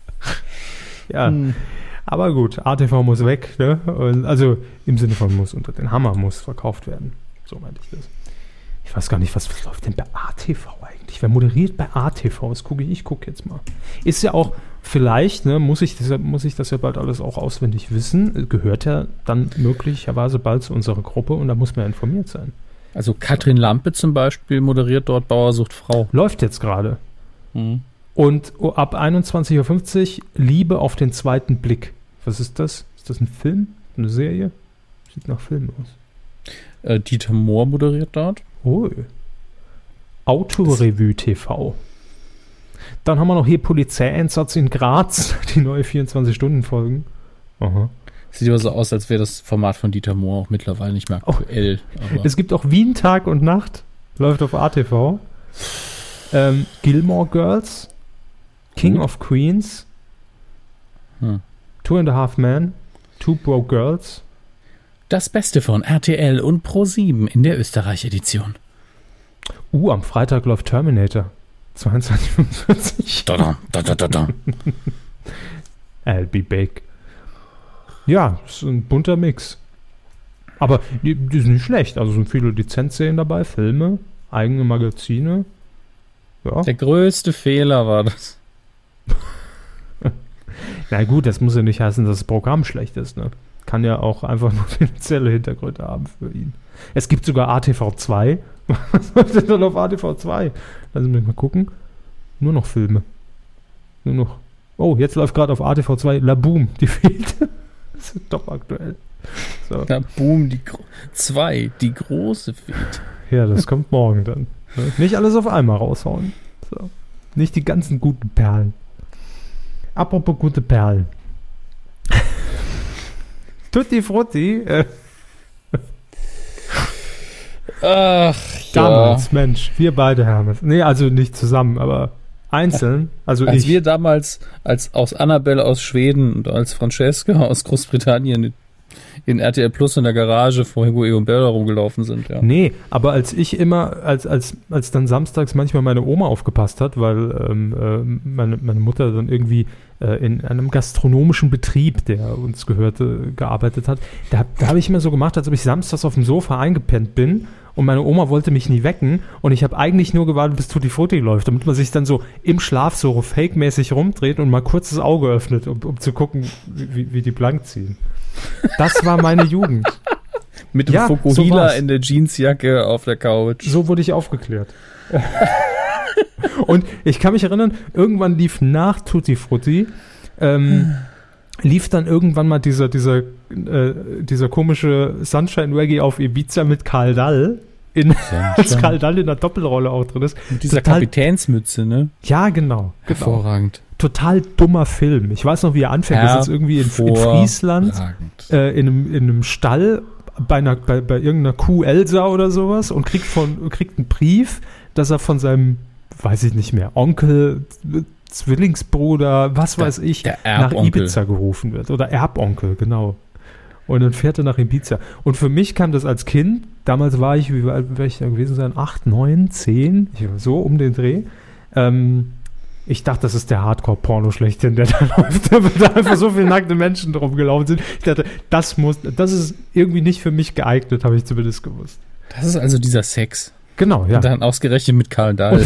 Ja, Hm. aber gut, A T V muss weg, ne? Und also im Sinne von muss unter den Hammer muss verkauft werden. So meinte ich das. Ich weiß gar nicht, was, was läuft denn bei A T V eigentlich? Wer moderiert bei A T V? Das gucke ich, ich gucke jetzt mal. Ist ja auch, vielleicht, ne, muss ich, das, muss ich das ja bald alles auch auswendig wissen, gehört ja dann möglicherweise bald zu unserer Gruppe, und da muss man ja informiert sein. Also Katrin Lampe zum Beispiel moderiert dort Bauer sucht Frau. Läuft jetzt gerade. Mhm. Und ab einundzwanzig Uhr fünfzig Liebe auf den zweiten Blick. Was ist das? Ist das ein Film? Eine Serie? Sieht nach Film aus. Äh, Dieter Mohr moderiert dort. Oh. Autorevue T V. Dann haben wir noch hier Polizeieinsatz in Graz, die neue vierundzwanzig-Stunden-Folgen. Aha. Sieht aber so aus, als wäre das Format von Dieter Mohr auch mittlerweile nicht mehr aktuell. Aber Es gibt auch Wien Tag und Nacht, läuft auf A T V. Ähm, Gilmore Girls, King Gut. of Queens, Hm. Two and a Half Men, Two Broke Girls. das Beste von R T L und ProSieben in der Österreich-Edition. Uh, am Freitag läuft Terminator. zweiundzwanzig Uhr fünfundvierzig. Da, da, da, da, da, da. I'll be back. Ja, ist ein bunter Mix. Aber die, die sind nicht schlecht. Also sind viele Lizenzserien dabei, Filme, eigene Magazine. Ja. Der größte Fehler war das. Na gut, das muss ja nicht heißen, dass das Programm schlecht ist. Ne? Kann ja auch einfach nur finanzielle Hintergründe haben für ihn. Es gibt sogar A T V zwei. Was läuft denn dann auf A T V zwei? Lass mich mal gucken. Nur noch Filme. Nur noch. Oh, jetzt läuft gerade auf A T V zwei La Boom, die fehlt. Das ist doch aktuell. So. Na, boom, die Gro- zwei, die große fehlt. Ja, das kommt morgen dann. Ne? Nicht alles auf einmal raushauen. So. Nicht die ganzen guten Perlen. Apropos gute Perlen. Tutti Frutti. Äh, Ach, damals, Mensch, wir beide, Hermes. Nee, also nicht zusammen, aber einzeln. Also Als ich. wir damals als aus Annabelle aus Schweden und als Francesca aus Großbritannien in R T L Plus in der Garage vor Hugo und Bella rumgelaufen sind, ja. Nee, aber als ich immer, als, als, als dann samstags manchmal meine Oma aufgepasst hat, weil ähm, äh, meine, meine Mutter dann irgendwie äh, in einem gastronomischen Betrieb, der uns gehörte, gearbeitet hat, da, da habe ich immer so gemacht, als ob ich samstags auf dem Sofa eingepennt bin und meine Oma wollte mich nie wecken und ich habe eigentlich nur gewartet, bis Tutti Frutti läuft, damit man sich dann so im Schlaf so fake-mäßig rumdreht und mal kurz das Auge öffnet, um, um zu gucken, wie, wie die blank ziehen. Das war meine Jugend. Mit dem Ja, so Fukuhila war's. in der Jeansjacke auf der Couch. So wurde ich aufgeklärt. Und ich kann mich erinnern, irgendwann lief nach Tutti Frutti, ähm, lief dann irgendwann mal dieser, dieser, äh, dieser komische Sunshine Reggae auf Ibiza mit Karl Dall, in, als Karl Dall in der Doppelrolle auch drin ist. Mit dieser Total- Kapitänsmütze, ne? Ja, genau. genau. Hervorragend. Total dummer Film. Ich weiß noch, wie er anfängt. Wir sind irgendwie in, in Friesland. Hervorragend. äh, in, einem, in einem Stall bei, einer, bei, bei irgendeiner Kuh Elsa oder sowas und kriegt, von, kriegt einen Brief, dass er von seinem, weiß ich nicht mehr, Onkel, Zwillingsbruder, was Der- weiß ich, der nach Erbonkel. Ibiza gerufen wird. Oder Erbonkel, genau. Und dann fährt er nach Ibiza. Und für mich kam das als Kind, damals war ich, wie alt wäre ich da gewesen sein? Acht, neun, zehn, ich, so um den Dreh. Ähm, Ich dachte, das ist der Hardcore-Porno schlechthin, der da läuft, da da einfach so viele nackte Menschen drum gelaufen sind. Ich dachte, das muss, das ist irgendwie nicht für mich geeignet, habe ich zumindest gewusst. Das ist also dieser Sex. Genau, ja. Und dann ausgerechnet mit Karl Dahl.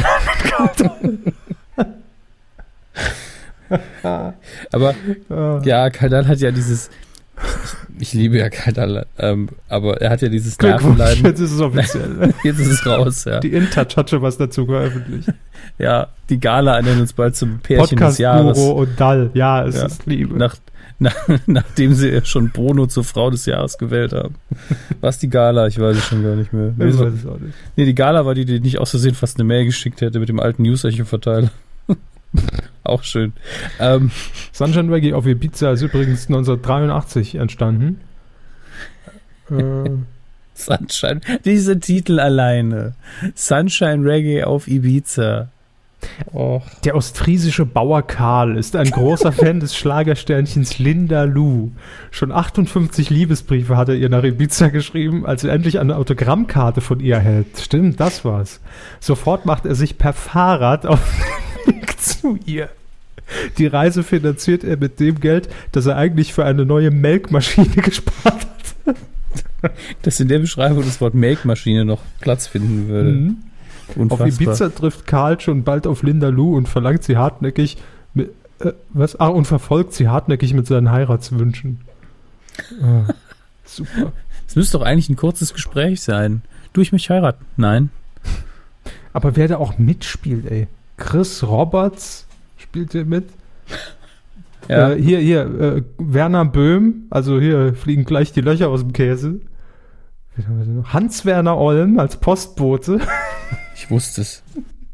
Aber ja, Karl Dahl hat ja dieses, ich, ich liebe ja Karl Dahl, ähm, aber er hat ja dieses Nervenleiden. Jetzt ist es offiziell. Jetzt ist es raus, ja. Die InTouch hat schon was dazu veröffentlicht. Ja, die Gala ernennt uns bald zum Pärchen des Jahres. Podcast-Guru und Dahl, ja, es ja. ist Liebe. Nach, nach, nachdem sie schon Bono zur Frau des Jahres gewählt haben. Was die Gala? Ich weiß es schon gar nicht mehr. Nee, ich so, weiß es auch nicht. Nee, die Gala war die, die nicht aus Versehen fast eine Mail geschickt hätte mit dem alten News-Echo-Verteiler. Auch schön. Ähm, Sunshine Reggae auf Ibiza ist übrigens neunzehnhundertdreiundachtzig entstanden. äh, Sunshine, diese Titel alleine. Sunshine Reggae auf Ibiza. Och. Der ostfriesische Bauer Karl ist ein großer Fan des Schlagersternchens Linda Lu. Schon achtundfünfzig Liebesbriefe hat er ihr nach Ibiza geschrieben, als er endlich eine Autogrammkarte von ihr erhält. Stimmt, das war's. Sofort macht er sich per Fahrrad auf den Weg zu ihr. Die Reise finanziert er mit dem Geld, das er eigentlich für eine neue Melkmaschine gespart hat. Dass in der Beschreibung das Wort Melkmaschine noch Platz finden würde. Mhm. Unfassbar. Auf Ibiza trifft Karl schon bald auf Linda Lu und verlangt sie hartnäckig mit, äh, was? Ach, und verfolgt sie hartnäckig mit seinen Heiratswünschen. Ah, super. Es müsste doch eigentlich ein kurzes Gespräch sein. Du, ich möchte heiraten. Nein. Aber wer da auch mitspielt, ey. Chris Roberts spielt hier mit. Ja. Äh, hier, hier, äh, Werner Böhm, also hier fliegen gleich die Löcher aus dem Käse. Hans-Werner Olm als Postbote. Ich wusste es.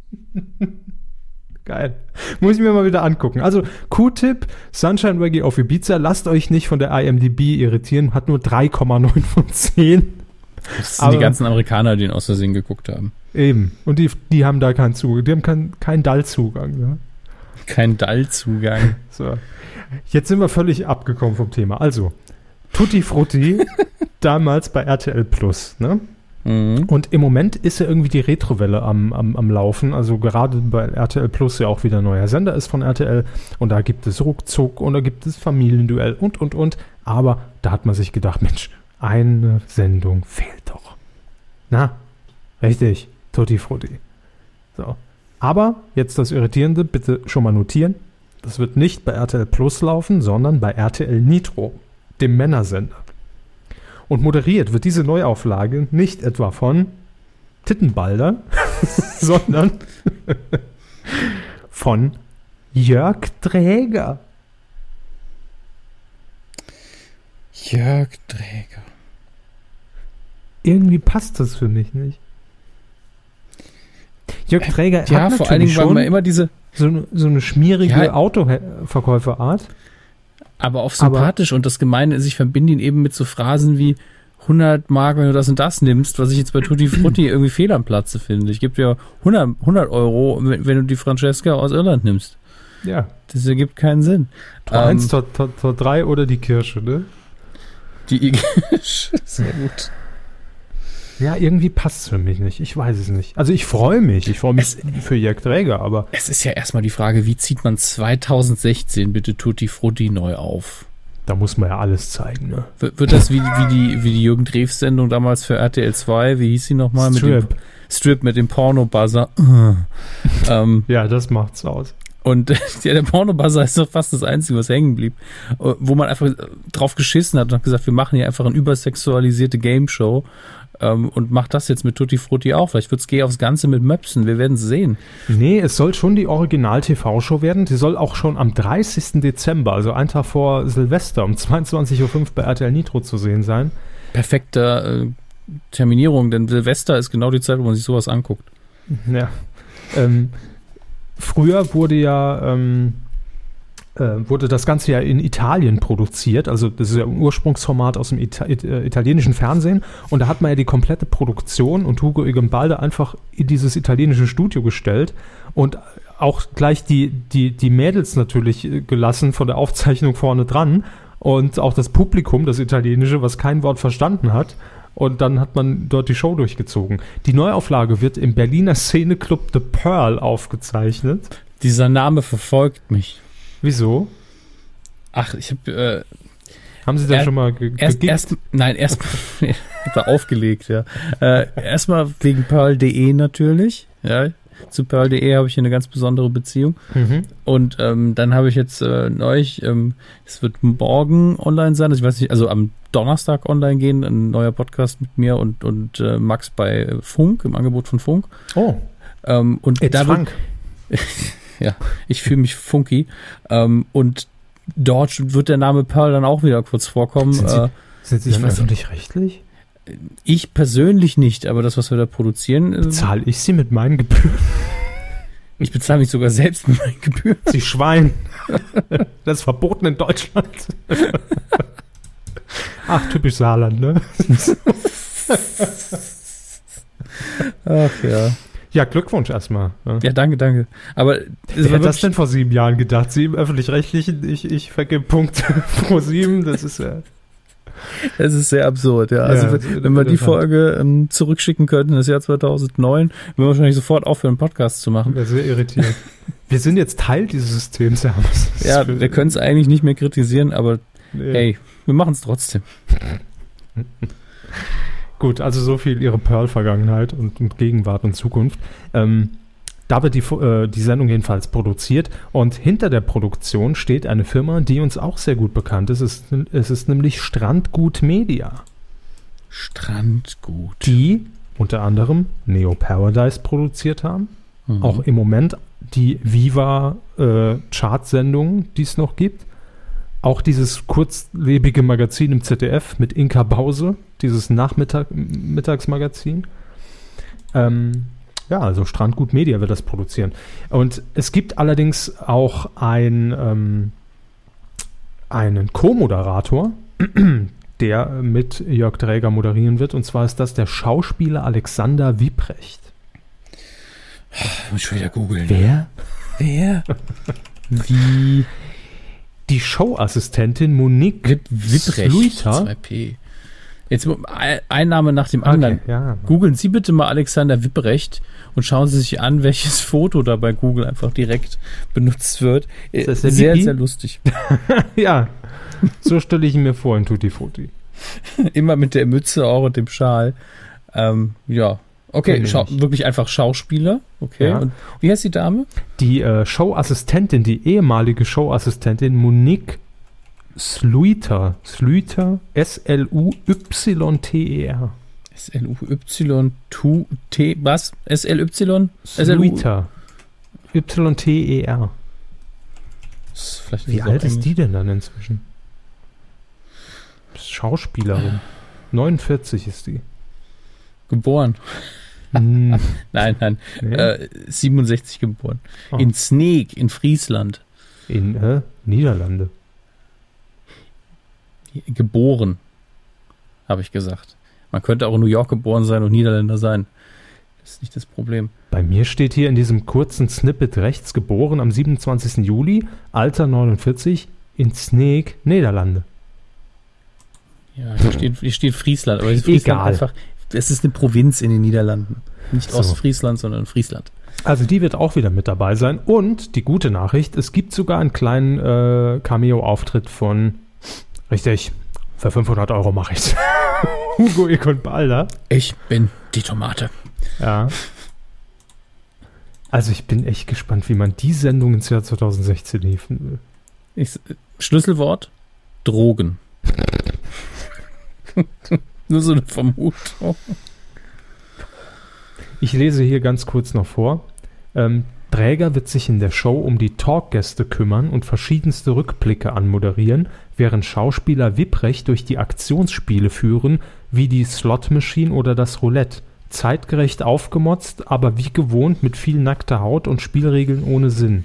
Geil. Muss ich mir mal wieder angucken. Also, Q-Tipp, Sunshine Reggae auf Ibiza, lasst euch nicht von der I M D B irritieren, hat nur drei Komma neun von zehn. Das sind Aber die ganzen Amerikaner, die ihn aus Versehen geguckt haben. Eben. Und die, die haben da keinen Zugang. Die haben keinen kein D A L-Zugang. Ne? Kein D A L-Zugang. So. Jetzt sind wir völlig abgekommen vom Thema. Also, Tutti Frutti, damals bei R T L Plus, ne? Mhm. Und im Moment ist ja irgendwie die Retrowelle am, am, am Laufen. Also gerade bei R T L Plus ja auch wieder ein neuer Sender ist von R T L. Und da gibt es Ruckzuck und da gibt es Familienduell und, und, und. Aber da hat man sich gedacht, Mensch, eine Sendung fehlt doch. Na, richtig, Tutti Frutti. So. Aber jetzt das Irritierende, bitte schon mal notieren. Das wird nicht bei R T L Plus laufen, sondern bei R T L Nitro, dem Männersender. Und moderiert wird diese Neuauflage nicht etwa von Tittenbalder, sondern von Jörg Dräger. Jörg Dräger. Irgendwie passt das für mich nicht. Jörg Dräger äh, ja, hat vor allen Dingen schon immer diese so eine, so eine schmierige ja, Autoverkäuferart. Aber auch sympathisch. Aber und das Gemeine ist, ich verbinde ihn eben mit so Phrasen wie hundert Mark, wenn du das und das nimmst, was ich jetzt bei Tutti Frutti irgendwie fehl am Platze finde. Ich gebe dir hundert, hundert Euro, wenn, wenn du die Francesca aus Irland nimmst. Ja. Das ergibt keinen Sinn. Tor eins, ähm, Tor, Tor, Tor drei oder die Kirsche, ne? Die Kirsche, sehr gut. Ja, irgendwie passt es für mich nicht. Ich weiß es nicht. Also ich freue mich. Ich freue mich es, für Jörg Dräger, aber... Es ist ja erstmal die Frage, wie zieht man zwanzig sechzehn bitte Tutti Frutti neu auf? Da muss man ja alles zeigen, ne? Wird, wird das wie, wie die, wie die Jürgen Drews-Sendung damals für R T L zwei, wie hieß sie nochmal? Strip. Mit dem Strip mit dem Porno-Buzzer. ähm, ja, das macht's aus. Und ja, der Porno-Buzzer ist doch fast das Einzige, was hängen blieb. Wo man einfach drauf geschissen hat und hat gesagt, wir machen hier einfach eine übersexualisierte Game-Show. Um, und macht das jetzt mit Tutti Frutti auch. Vielleicht wird es gehen aufs Ganze mit Möpsen. Wir werden es sehen. Nee, es soll schon die Original-T V-Show werden. Die soll auch schon am dreißigsten Dezember, also einen Tag vor Silvester, um zweiundzwanzig Uhr fünf bei R T L Nitro zu sehen sein. Perfekte äh, Terminierung, denn Silvester ist genau die Zeit, wo man sich sowas anguckt. Ja. Ähm, früher wurde ja... Ähm, wurde das Ganze ja in Italien produziert, also das ist ja ein Ursprungsformat aus dem Ita- äh, italienischen Fernsehen und da hat man ja die komplette Produktion und Hugo Egambalde einfach in dieses italienische Studio gestellt und auch gleich die, die, die Mädels natürlich gelassen von der Aufzeichnung vorne dran und auch das Publikum, das Italienische, was kein Wort verstanden hat. Und dann hat man dort die Show durchgezogen. Die Neuauflage wird im Berliner Szeneclub The Pearl aufgezeichnet. Dieser Name verfolgt mich. Wieso? Ach, ich habe... Äh, Haben Sie da er, schon mal ge- erst, erst, Nein, erst ich hab da aufgelegt, ja. Äh, Erstmal wegen Pearl punkt de natürlich. Ja, zu Pearl punkt de habe ich eine ganz besondere Beziehung. Mhm. Und ähm, dann habe ich jetzt äh, neulich, ähm, es wird morgen online sein, also ich weiß nicht, also am Donnerstag online gehen, ein neuer Podcast mit mir und, und äh, Max bei Funk, im Angebot von Funk. Oh, Ähm, und It's da Frank. Wird, ja, ich fühle mich funky. Ähm, und dort wird der Name Pearl dann auch wieder kurz vorkommen. Sind Sie, Äh, sind Sie ich dann weiß- öffentlich-rechtlich? ich persönlich nicht, aber das, was wir da produzieren, äh, Zahle ich Sie mit meinen Gebühren? ich bezahle mich sogar selbst mit meinen Gebühren. Sie Schwein. Das ist verboten in Deutschland. Ach, typisch Saarland, ne? Ach ja. Ja, Glückwunsch erstmal. Ne? Ja, danke, danke. Aber es Wer war hätte das wirklich- denn vor sieben Jahren gedacht? Sie im Öffentlich-Rechtlichen, ich, ich vergebe Punkte pro sieben, das ist ja... Es ist sehr absurd, ja. Also Ja, wenn, wenn wir die interessant. Folge ähm, zurückschicken könnten, das Jahr zweitausendneun, würden wir wahrscheinlich sofort aufhören, einen Podcast zu machen. wäre sehr irritierend. Wir sind jetzt Teil dieses Systems, Herr Hammers. Das Ja, ist- wir können es eigentlich nicht mehr kritisieren, aber Nee. hey, wir machen es trotzdem. Gut, also so viel Ihre Pearl-Vergangenheit und, und Gegenwart und Zukunft. Ähm, da wird die, Fo- äh, die Sendung jedenfalls produziert und hinter der Produktion steht eine Firma, die uns auch sehr gut bekannt ist. Es, ist- es ist nämlich Strandgut Media, Strandgut. die unter anderem Neo Paradise produziert haben. Mhm. Auch im Moment die Viva-Chartsendung, die es noch gibt. Auch dieses kurzlebige Magazin im Z D F mit Inka Bause, dieses Nachmittag Mittagsmagazin. Ähm, ja, also Strandgut Media wird das produzieren. Und es gibt allerdings auch ein, ähm, einen Co-Moderator, der mit Jörg Dräger moderieren wird. Und zwar ist das der Schauspieler Alexander Wieprecht. Muss ich schon wieder googeln. Wer? Wer? Wie? Die Showassistentin Monique Wip, Wipprecht. Sluiter. zwei P. Jetzt ein ein Name nach dem anderen. Okay, ja. Googeln Sie bitte mal Alexander Wipprecht und schauen Sie sich an, welches Foto da bei Google einfach direkt benutzt wird. Ist das der Sehr, Wippi? sehr lustig. Ja, so stelle ich ihn mir vor in Tutti Frutti. Immer mit der Mütze auch und dem Schal. Ähm, ja. Okay, Kenn ich schau, nicht. wirklich einfach Schauspieler. Okay. Ja. Und wie heißt die Dame? Die äh, Showassistentin, die ehemalige Showassistentin Monique Sluiter. Sluiter, S L U Y T E R. S L U Y T, was? S L Y? S L U? Sluiter. Y T E R. Ist vielleicht Wie auch alt ist Englisch. die denn dann inzwischen? Schauspielerin. neunundvierzig ist die. Geboren. Hm, Nein, nein. nee. Äh, siebenundsechzig geboren. Oh. In Sneek, in Friesland. In äh, Niederlande. Geboren, habe ich gesagt. Man könnte auch in New York geboren sein und Niederländer sein. Das ist nicht das Problem. Bei mir steht hier in diesem kurzen Snippet rechts geboren am siebenundzwanzigsten Juli, Alter neunundvierzig, in Sneek, Niederlande. Ja, hier steht, hier steht Friesland, aber Friesland Egal. einfach, es ist eine Provinz in den Niederlanden. Nicht So. Ostfriesland, sondern Friesland. Also die wird auch wieder mit dabei sein. Und die gute Nachricht, es gibt sogar einen kleinen äh, Cameo-Auftritt von, richtig, für fünfhundert Euro mache ich's. Hugo Egon Balder. Ich bin die Tomate. Ja. Also ich bin echt gespannt, wie man die Sendung ins Jahr zweitausendsechzehn liefen will. Ich, Schlüsselwort: Drogen. Nur so eine Vermutung. Ich lese hier ganz kurz noch vor. Ähm, Dräger wird sich in der Show um die Talkgäste kümmern und verschiedenste Rückblicke anmoderieren, während Schauspieler Wipprecht durch die Aktionsspiele führen, wie die Slot Machine oder das Roulette. Zeitgerecht aufgemotzt, aber wie gewohnt mit viel nackter Haut und Spielregeln ohne Sinn.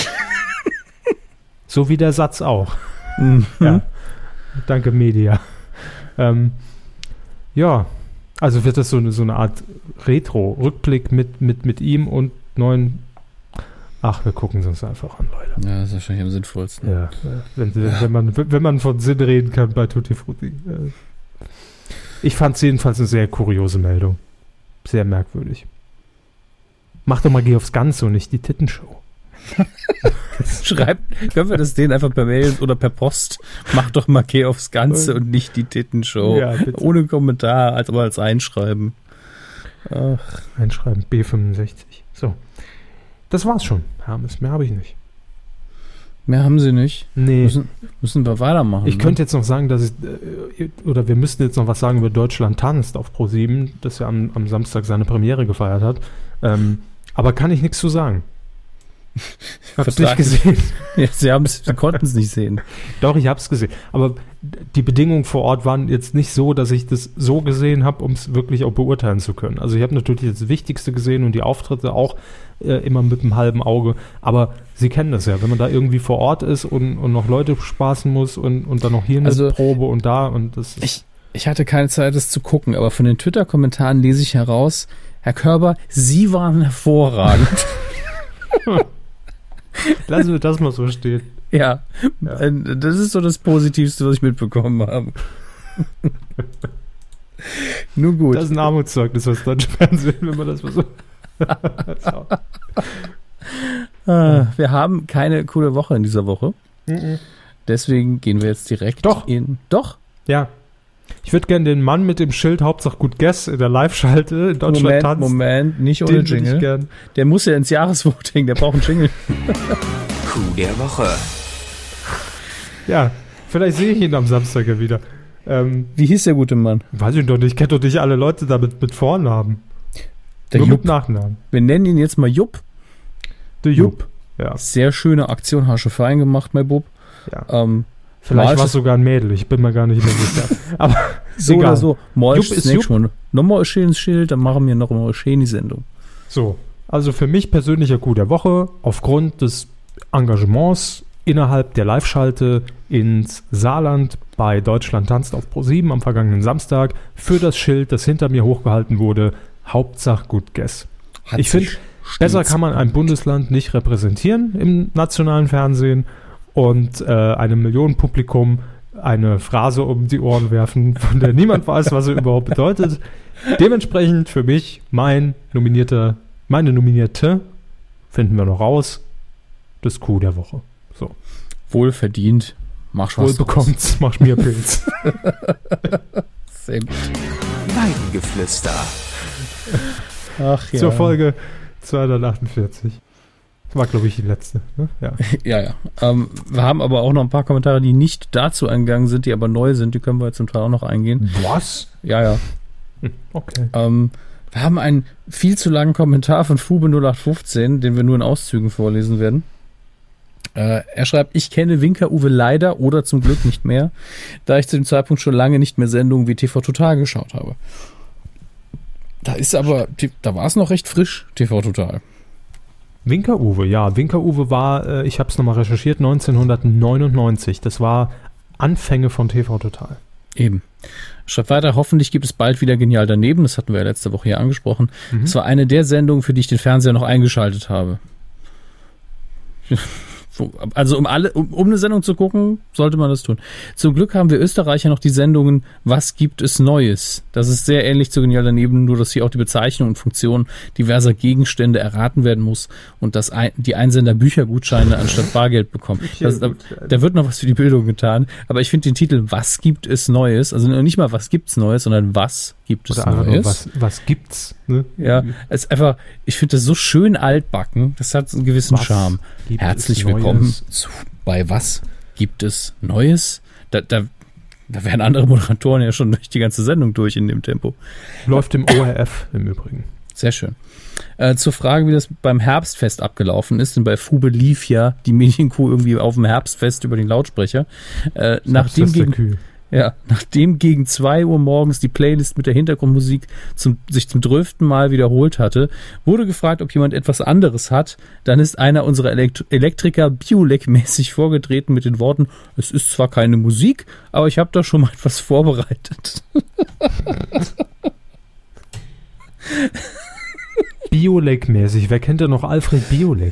So wie der Satz auch. Mhm. Ja. Danke, Media. Ähm, ja, also wird das so eine, so eine Art Retro-Rückblick mit, mit, mit ihm und neuen. Ach, wir gucken es uns einfach an, Leute. Ja, das ist wahrscheinlich am sinnvollsten. Ja, wenn, wenn, wenn, man, wenn man von Sinn reden kann bei Tutti Frutti. Ich fand es jedenfalls eine sehr kuriose Meldung. Sehr merkwürdig. Mach doch mal Geh aufs Ganze und nicht die Tittenshow. Schreibt, können wir das denen einfach per Mail oder per Post? Mach doch Marquet aufs Ganze und nicht die Tittenshow. Ja, bitte. Ohne Kommentar, als aber als Einschreiben. Ach. Einschreiben, B fünfundsechzig. So. Das war's schon, Hermes. Mehr habe ich nicht. Mehr haben sie nicht. Nee. Müssen, müssen wir weitermachen. Ich ne? könnte jetzt noch sagen, dass ich, äh, oder wir müssten jetzt noch was sagen über Deutschland tanzt auf ProSieben, das ja am, am Samstag seine Premiere gefeiert hat. Ähm, aber kann ich nichts zu sagen. Ich hab's nicht gesehen. Ja, sie haben's, sie konnten es nicht sehen. Doch, ich hab's gesehen. Aber die Bedingungen vor Ort waren jetzt nicht so, dass ich das so gesehen habe, um es wirklich auch beurteilen zu können. Also ich habe natürlich das Wichtigste gesehen und die Auftritte auch äh, immer mit einem halben Auge. Aber Sie kennen das ja, wenn man da irgendwie vor Ort ist und, und noch Leute spaßen muss und, und dann noch hier eine Also, Probe und da und das ist Ich, ich hatte keine Zeit, das zu gucken, aber von den Twitter-Kommentaren lese ich heraus, Herr Körber, Sie waren hervorragend. Lassen wir das mal so stehen. Ja, Ja. äh, das ist so das Positivste, was ich mitbekommen habe. Nun gut. Das ist ein Armutszeugnis fürs deutsche Fernsehen, wenn man das mal so. So. Ah, wir haben keine coole Woche in dieser Woche. Deswegen gehen wir jetzt direkt Doch. in... Doch? Ja. Ich würde gerne den Mann mit dem Schild Hauptsache gut Guess in der Live-Schalte in Deutschland Moment, tanzt. Moment, nicht ohne Den würde Jingle. ich gern. Der muss ja ins Jahresvoting, der braucht einen Jingle. Coup der Woche. Ja, vielleicht sehe ich ihn am Samstag ja wieder. Ähm, Wie hieß der gute Mann? weiß ich doch nicht, ich kenne doch nicht alle Leute damit mit Vornamen. Der Nur Jupp. mit Nachnamen. Wir nennen ihn jetzt mal Jupp. Der Jupp. Ja. Sehr schöne Aktion, hast du fein gemacht, mein Bub. ja. Ähm, Vielleicht malst war es du- sogar ein Mädel, ich bin mir gar nicht mehr sicher. Aber so egal. oder so. Malst Jupp ist das nächste Mal nochmal ein schönes Schild, dann machen wir noch mal eine schöne Sendung. So, also für mich persönlicher Coup der Woche aufgrund des Engagements innerhalb der Live-Schalte ins Saarland bei Deutschland tanzt auf ProSieben am vergangenen Samstag für das Schild, das hinter mir hochgehalten wurde, Hauptsache gut Guess. Hat Ich sich finde, besser kann man ein Bundesland nicht repräsentieren im nationalen Fernsehen und äh, einem Millionenpublikum eine Phrase um die Ohren werfen, von der niemand weiß, was sie überhaupt bedeutet. Dementsprechend für mich mein nominierter, meine Nominierte, finden wir noch raus, das Coup der Woche. So, wohl verdient. Mach wohl was. bekommt's, mach mir Pilz. Sehr gut. Weidengeflüster. Ach ja. Zur Folge zweihundertachtundvierzig. War, glaube ich, die letzte. Ne? Ja. Ja, ja. Ähm, wir haben aber auch noch ein paar Kommentare, die nicht dazu eingegangen sind, die aber neu sind. Die können wir jetzt zum Teil auch noch eingehen. Was? Ja, ja. Okay. Ähm, wir haben einen viel zu langen Kommentar von Fube null acht fünfzehn, den wir nur in Auszügen vorlesen werden. Äh, er schreibt, ich kenne Winker-Uwe leider oder zum Glück nicht mehr, da ich zu dem Zeitpunkt schon lange nicht mehr Sendungen wie T V Total geschaut habe. Da ist aber, da war es noch recht frisch, T V Total. Winker-Uwe, ja. Winker-Uwe war, äh, ich habe es nochmal recherchiert, neunzehnhundertneunundneunzig. Das war Anfänge von T V Total. Eben. Schreibt weiter, hoffentlich gibt es bald wieder Genial daneben. Das hatten wir ja letzte Woche hier angesprochen. Mhm. Das war eine der Sendungen, für die ich den Fernseher noch eingeschaltet habe. Also um alle, um, um eine Sendung zu gucken, sollte man das tun. Zum Glück haben wir Österreicher noch die Sendungen Was gibt es Neues? Das ist sehr ähnlich zu Genial daneben, nur dass hier auch die Bezeichnung und Funktion diverser Gegenstände erraten werden muss und dass ein, die Einsender Büchergutscheine anstatt Bargeld bekommen. Das, da, da wird noch was für die Bildung getan, aber ich finde den Titel Was gibt es Neues? Also nicht mal Was gibt's Neues, sondern Was gibt es Oder einfach nur, Neues? was, was gibt's? Ne? Ja, es ist einfach, ich finde das so schön altbacken, das hat einen gewissen Was Charme. gibt Herzlich es willkommen Neues? zu, bei Was gibt es Neues? Da, da, da werden andere Moderatoren ja schon durch die ganze Sendung durch in dem Tempo. Läuft im O R F im Übrigen. Sehr schön. Äh, zur Frage, wie das beim Herbstfest abgelaufen ist, denn bei Fube lief ja die Medienkuh irgendwie auf dem Herbstfest über den Lautsprecher. Äh, nachdem, gegen, Kühl. ja, nachdem gegen zwei Uhr morgens die Playlist mit der Hintergrundmusik zum, sich zum zwölften Mal wiederholt hatte, wurde gefragt, ob jemand etwas anderes hat. Dann ist einer unserer Elekt- Elektriker Biolek-mäßig vorgetreten mit den Worten, es ist zwar keine Musik, aber ich habe da schon mal etwas vorbereitet. Biolek-mäßig. Wer kennt denn noch Alfred Biolek?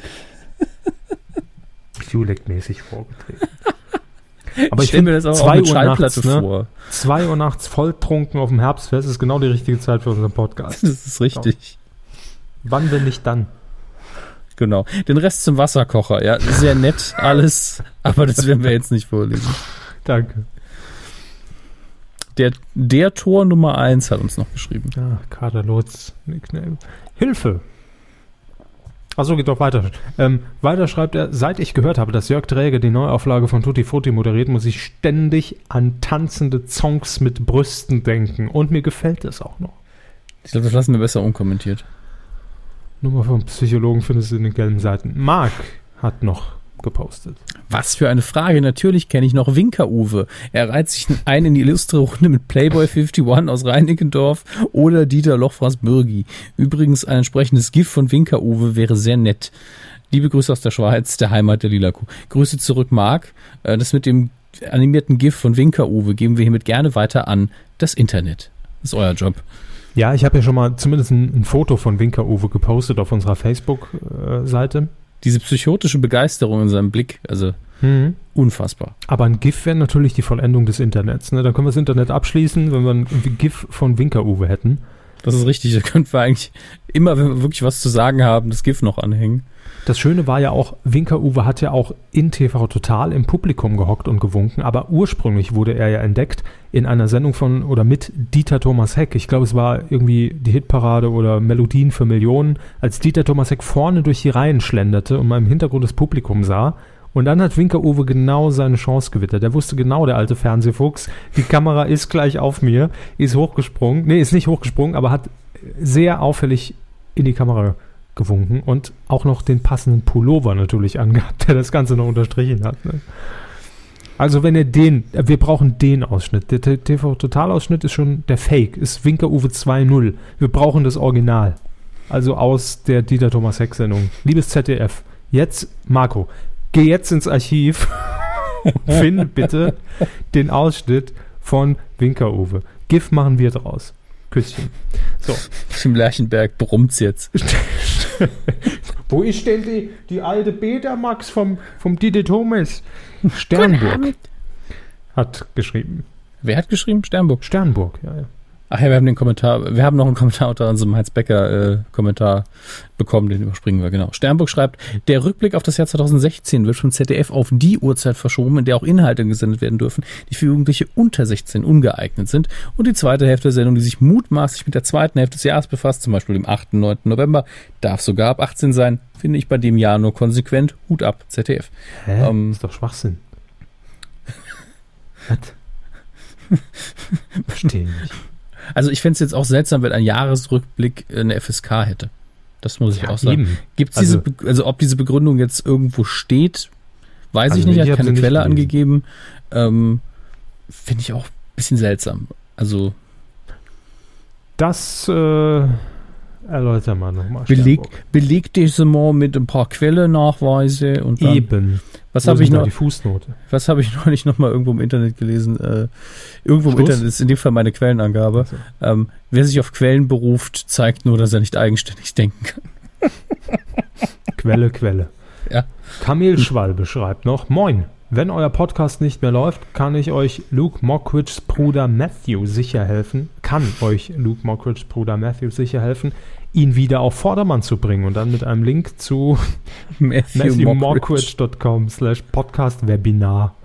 Biolek-mäßig vorgetreten. Aber ich stell mir finde, das auch, zwei auch mit Uhr Schallplatte nachts, ne? vor. zwei Uhr nachts volltrunken auf dem Herbstfest ist genau die richtige Zeit für unseren Podcast. Das ist richtig. Wann, wenn nicht dann? Genau. Den Rest zum Wasserkocher. Ja, sehr nett alles, aber das werden wir jetzt nicht vorlesen. Danke. Der, der Tor Nummer eins hat uns noch geschrieben. Ja, Kader Lutz, Nickname. Hilfe! Achso, geht doch weiter. Ähm, weiter schreibt er, seit ich gehört habe, dass Jörg Dräger die Neuauflage von Tutti Frutti moderiert, muss ich ständig an tanzende Zonks mit Brüsten denken. Und mir gefällt es auch noch. Ich glaube, das lassen wir besser unkommentiert. Nummer vom Psychologen findest du in den gelben Seiten. Marc hat noch gepostet. Was für eine Frage. Natürlich kenne ich noch Winker-Uwe. Er reiht sich ein in die illustre Runde mit Playboy einundfünfzig aus Reinickendorf oder Dieter Lochfraß-Bürgi. Übrigens ein entsprechendes GIF von Winker-Uwe wäre sehr nett. Liebe Grüße aus der Schweiz, der Heimat der Lila Kuh. Grüße zurück, Marc. Das mit dem animierten GIF von Winker-Uwe geben wir hiermit gerne weiter an das Internet. Das ist euer Job. Ja, ich habe ja schon mal zumindest ein, ein Foto von Winker-Uwe gepostet auf unserer Facebook-Seite. Diese psychotische Begeisterung in seinem Blick, also mhm. unfassbar. Aber ein GIF wäre natürlich die Vollendung des Internets. Ne? Dann können wir das Internet abschließen, wenn wir ein GIF von Winker-Uwe hätten. Das ist richtig, da könnten wir eigentlich immer, wenn wir wirklich was zu sagen haben, das GIF noch anhängen. Das Schöne war ja auch, Winker-Uwe hat ja auch in T V Total im Publikum gehockt und gewunken, aber ursprünglich wurde er ja entdeckt in einer Sendung von oder mit Dieter Thomas Heck. Ich glaube, es war irgendwie die Hitparade oder Melodien für Millionen, als Dieter Thomas Heck vorne durch die Reihen schlenderte und man im Hintergrund das Publikum sah. Und dann hat Winker-Uwe genau seine Chance gewittert. Der wusste genau, der alte Fernsehfuchs, die Kamera ist gleich auf mir, ist hochgesprungen. Nee, ist nicht hochgesprungen, aber hat sehr auffällig in die Kamera gewunken und auch noch den passenden Pullover natürlich angehabt, der das Ganze noch unterstrichen hat. Ne? Also wenn ihr den, wir brauchen den Ausschnitt. Der T V-Total-Ausschnitt ist schon der Fake, ist Winker-Uwe zwei null. Wir brauchen das Original. Also aus der Dieter Thomas Heck-Sendung. Liebes Z D F, jetzt, Marco, geh jetzt ins Archiv und finde bitte den Ausschnitt von Winker-Uwe. GIF machen wir draus. Küsschen. So. Im Lerchenberg brummt's jetzt. Wo ist denn die, die alte Betamax vom, vom Dieter Thomas? Sternburg hat geschrieben. Wer hat geschrieben? Sternburg. Sternburg, ja, ja. Ach ja, wir haben den Kommentar, wir haben noch einen Kommentar unter unserem Heinz-Becker-Kommentar äh, bekommen, den überspringen wir, genau. Sternburg schreibt, der Rückblick auf das Jahr zwanzig sechzehn wird vom Z D F auf die Uhrzeit verschoben, in der auch Inhalte gesendet werden dürfen, die für Jugendliche unter sechzehn ungeeignet sind. Und die zweite Hälfte der Sendung, die sich mutmaßlich mit der zweiten Hälfte des Jahres befasst, zum Beispiel dem achten und neunten November, darf sogar ab achtzehn sein, finde ich bei dem Jahr nur konsequent. Hut ab, Z D F. Hä? Ähm, ist doch Schwachsinn. Was? Verstehe nicht. Also ich fände es jetzt auch seltsam, wenn ein Jahresrückblick eine F S K hätte. Das muss ich ja, auch sagen. Gibt's also, diese, also ob diese Begründung jetzt irgendwo steht, weiß also ich nicht. Hat keine Quelle angegeben. Ähm, finde ich auch ein bisschen seltsam. Also das äh, erläutern wir nochmal. Beleg, belegt diese mal mit ein paar Quellennachweise und dann, eben. Was habe ich noch? Die Fußnote. Was habe ich neulich noch mal irgendwo im Internet gelesen? Äh, irgendwo Schluss? Im Internet ist in dem Fall meine Quellenangabe. Also. Ähm, wer sich auf Quellen beruft, zeigt nur, dass er nicht eigenständig denken kann. Quelle, Quelle. Ja. Kamelschwalbe schreibt noch: Moin. Wenn euer Podcast nicht mehr läuft, kann ich euch Luke Mockridge's Bruder Matthew sicher helfen. Kann euch Luke Mockridge's Bruder Matthew sicher helfen, ihn wieder auf Vordermann zu bringen und dann mit einem Link zu matthew mockridge dot com slash podcast webinar.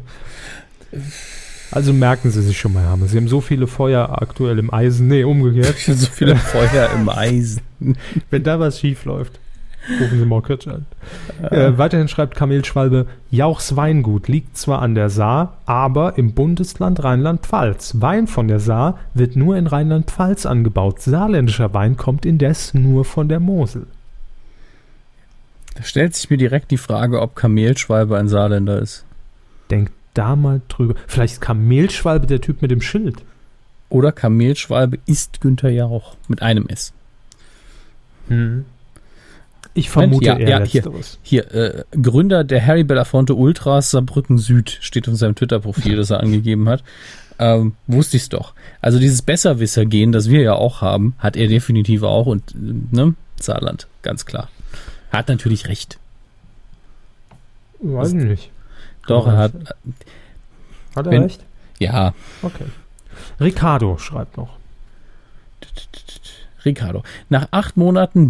Also merken Sie sich schon mal, Hammer. Sie haben so viele Feuer aktuell im Eisen. Nee, umgekehrt. So viele Feuer im Eisen. Wenn da was schief läuft, rufen Sie Mockridge an. Äh, weiterhin schreibt Kamelschwalbe, Jauchs Weingut liegt zwar an der Saar, aber im Bundesland Rheinland-Pfalz. Wein von der Saar wird nur in Rheinland-Pfalz angebaut. Saarländischer Wein kommt indes nur von der Mosel. Da stellt sich mir direkt die Frage, ob Kamelschwalbe ein Saarländer ist. Denkt da mal drüber. Vielleicht ist Kamelschwalbe der Typ mit dem Schild. Oder Kamelschwalbe ist Günther Jauch mit einem S. Hm. Ich vermute ja, eher ja, Letzteres. Hier, hier äh, Gründer der Harry Belafonte Ultras Saarbrücken Süd steht auf seinem Twitter-Profil, das er angegeben hat. Ähm, wusste ich's doch. Also dieses Besserwisser-Gen, das wir ja auch haben, hat er definitiv auch und ne, Saarland, ganz klar. Hat natürlich recht. Weiß ich nicht. Doch, er hat. Hat er wenn, recht? Ja. Okay. Ricardo schreibt noch. Ricardo. Nach acht Monaten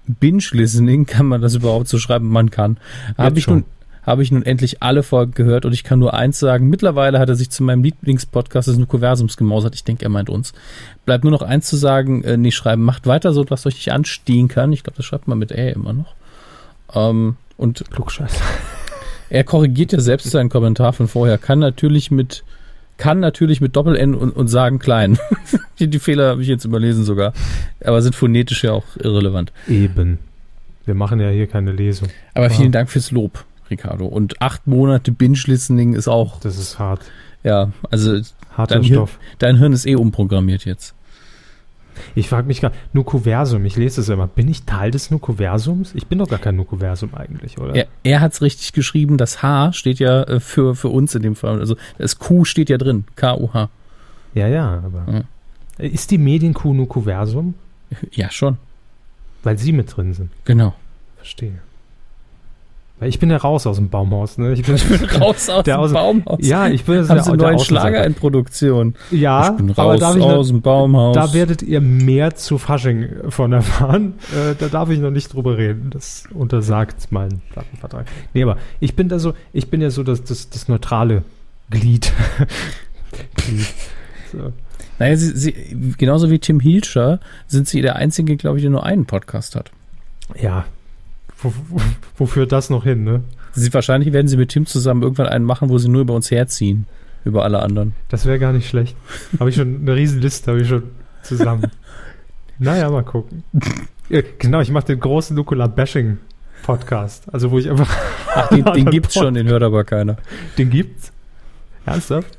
Binge-Listening, kann man das überhaupt so schreiben? Man kann. Habe ich, nun, hab ich nun endlich alle Folgen gehört und ich kann nur eins sagen, mittlerweile hat er sich zu meinem Lieblingspodcast des Nukuversums gemausert. Ich denke, er meint uns. Bleibt nur noch eins zu sagen, äh, nicht schreiben, macht weiter so, was euch nicht anstehen kann. Ich glaube, das schreibt man mit Ä immer noch. Ähm, und Klugscheiß. Er korrigiert ja selbst seinen Kommentar von vorher, kann natürlich mit kann natürlich mit Doppel-N und, und sagen klein. die, die Fehler habe ich jetzt überlesen sogar. Aber sind phonetisch ja auch irrelevant. Eben. Wir machen ja hier keine Lesung. Aber wow. Vielen Dank fürs Lob, Ricardo. Und acht Monate Binge-Listening ist auch... Das ist hart. Ja, also harter dein Stoff. Hirn, dein Hirn ist eh umprogrammiert jetzt. Ich frage mich gerade, Nukuversum, ich lese es immer. Bin ich Teil des Nukuversums? Ich bin doch gar kein Nukuversum eigentlich, oder? Er, er hat es richtig geschrieben, das H steht ja äh, für, für uns in dem Fall. Also das Q steht ja drin, K U H. Ja, ja, aber... Ja. Ist die Medienkuh Nukuversum? Ja, schon. Weil sie mit drin sind. Genau. Verstehe. Weil ich bin ja raus aus dem Baumhaus. Ne? Ich bin, ich bin raus aus dem Außen- Baumhaus. Ja, ich bin... Haben Sie einen neuen Schlager in Produktion? Ja, ich bin aber raus darf ich aus noch, dem Baumhaus. Da werdet ihr mehr zu Fasching von erfahren. Äh, da darf ich noch nicht drüber reden. Das untersagt mein Plattenvertrag. Nee, aber ich bin da so, ich bin ja so das, das, das neutrale Glied. Glied. So. Naja, sie, sie, genauso wie Tim Hilscher sind sie der Einzige, glaube ich, der nur einen Podcast hat. Ja. Wo, wo, wo führt das noch hin, ne? Sie, wahrscheinlich werden sie mit Tim zusammen irgendwann einen machen, wo sie nur über uns herziehen. Über alle anderen. Das wäre gar nicht schlecht. Habe ich schon eine riesen Liste, habe ich schon zusammen. Naja, mal gucken. Ja, genau, ich mache den großen Nukular-Bashing-Podcast. Also wo ich einfach... Ach, den, den gibt's schon, den hört aber keiner. Den gibt's? Ernsthaft?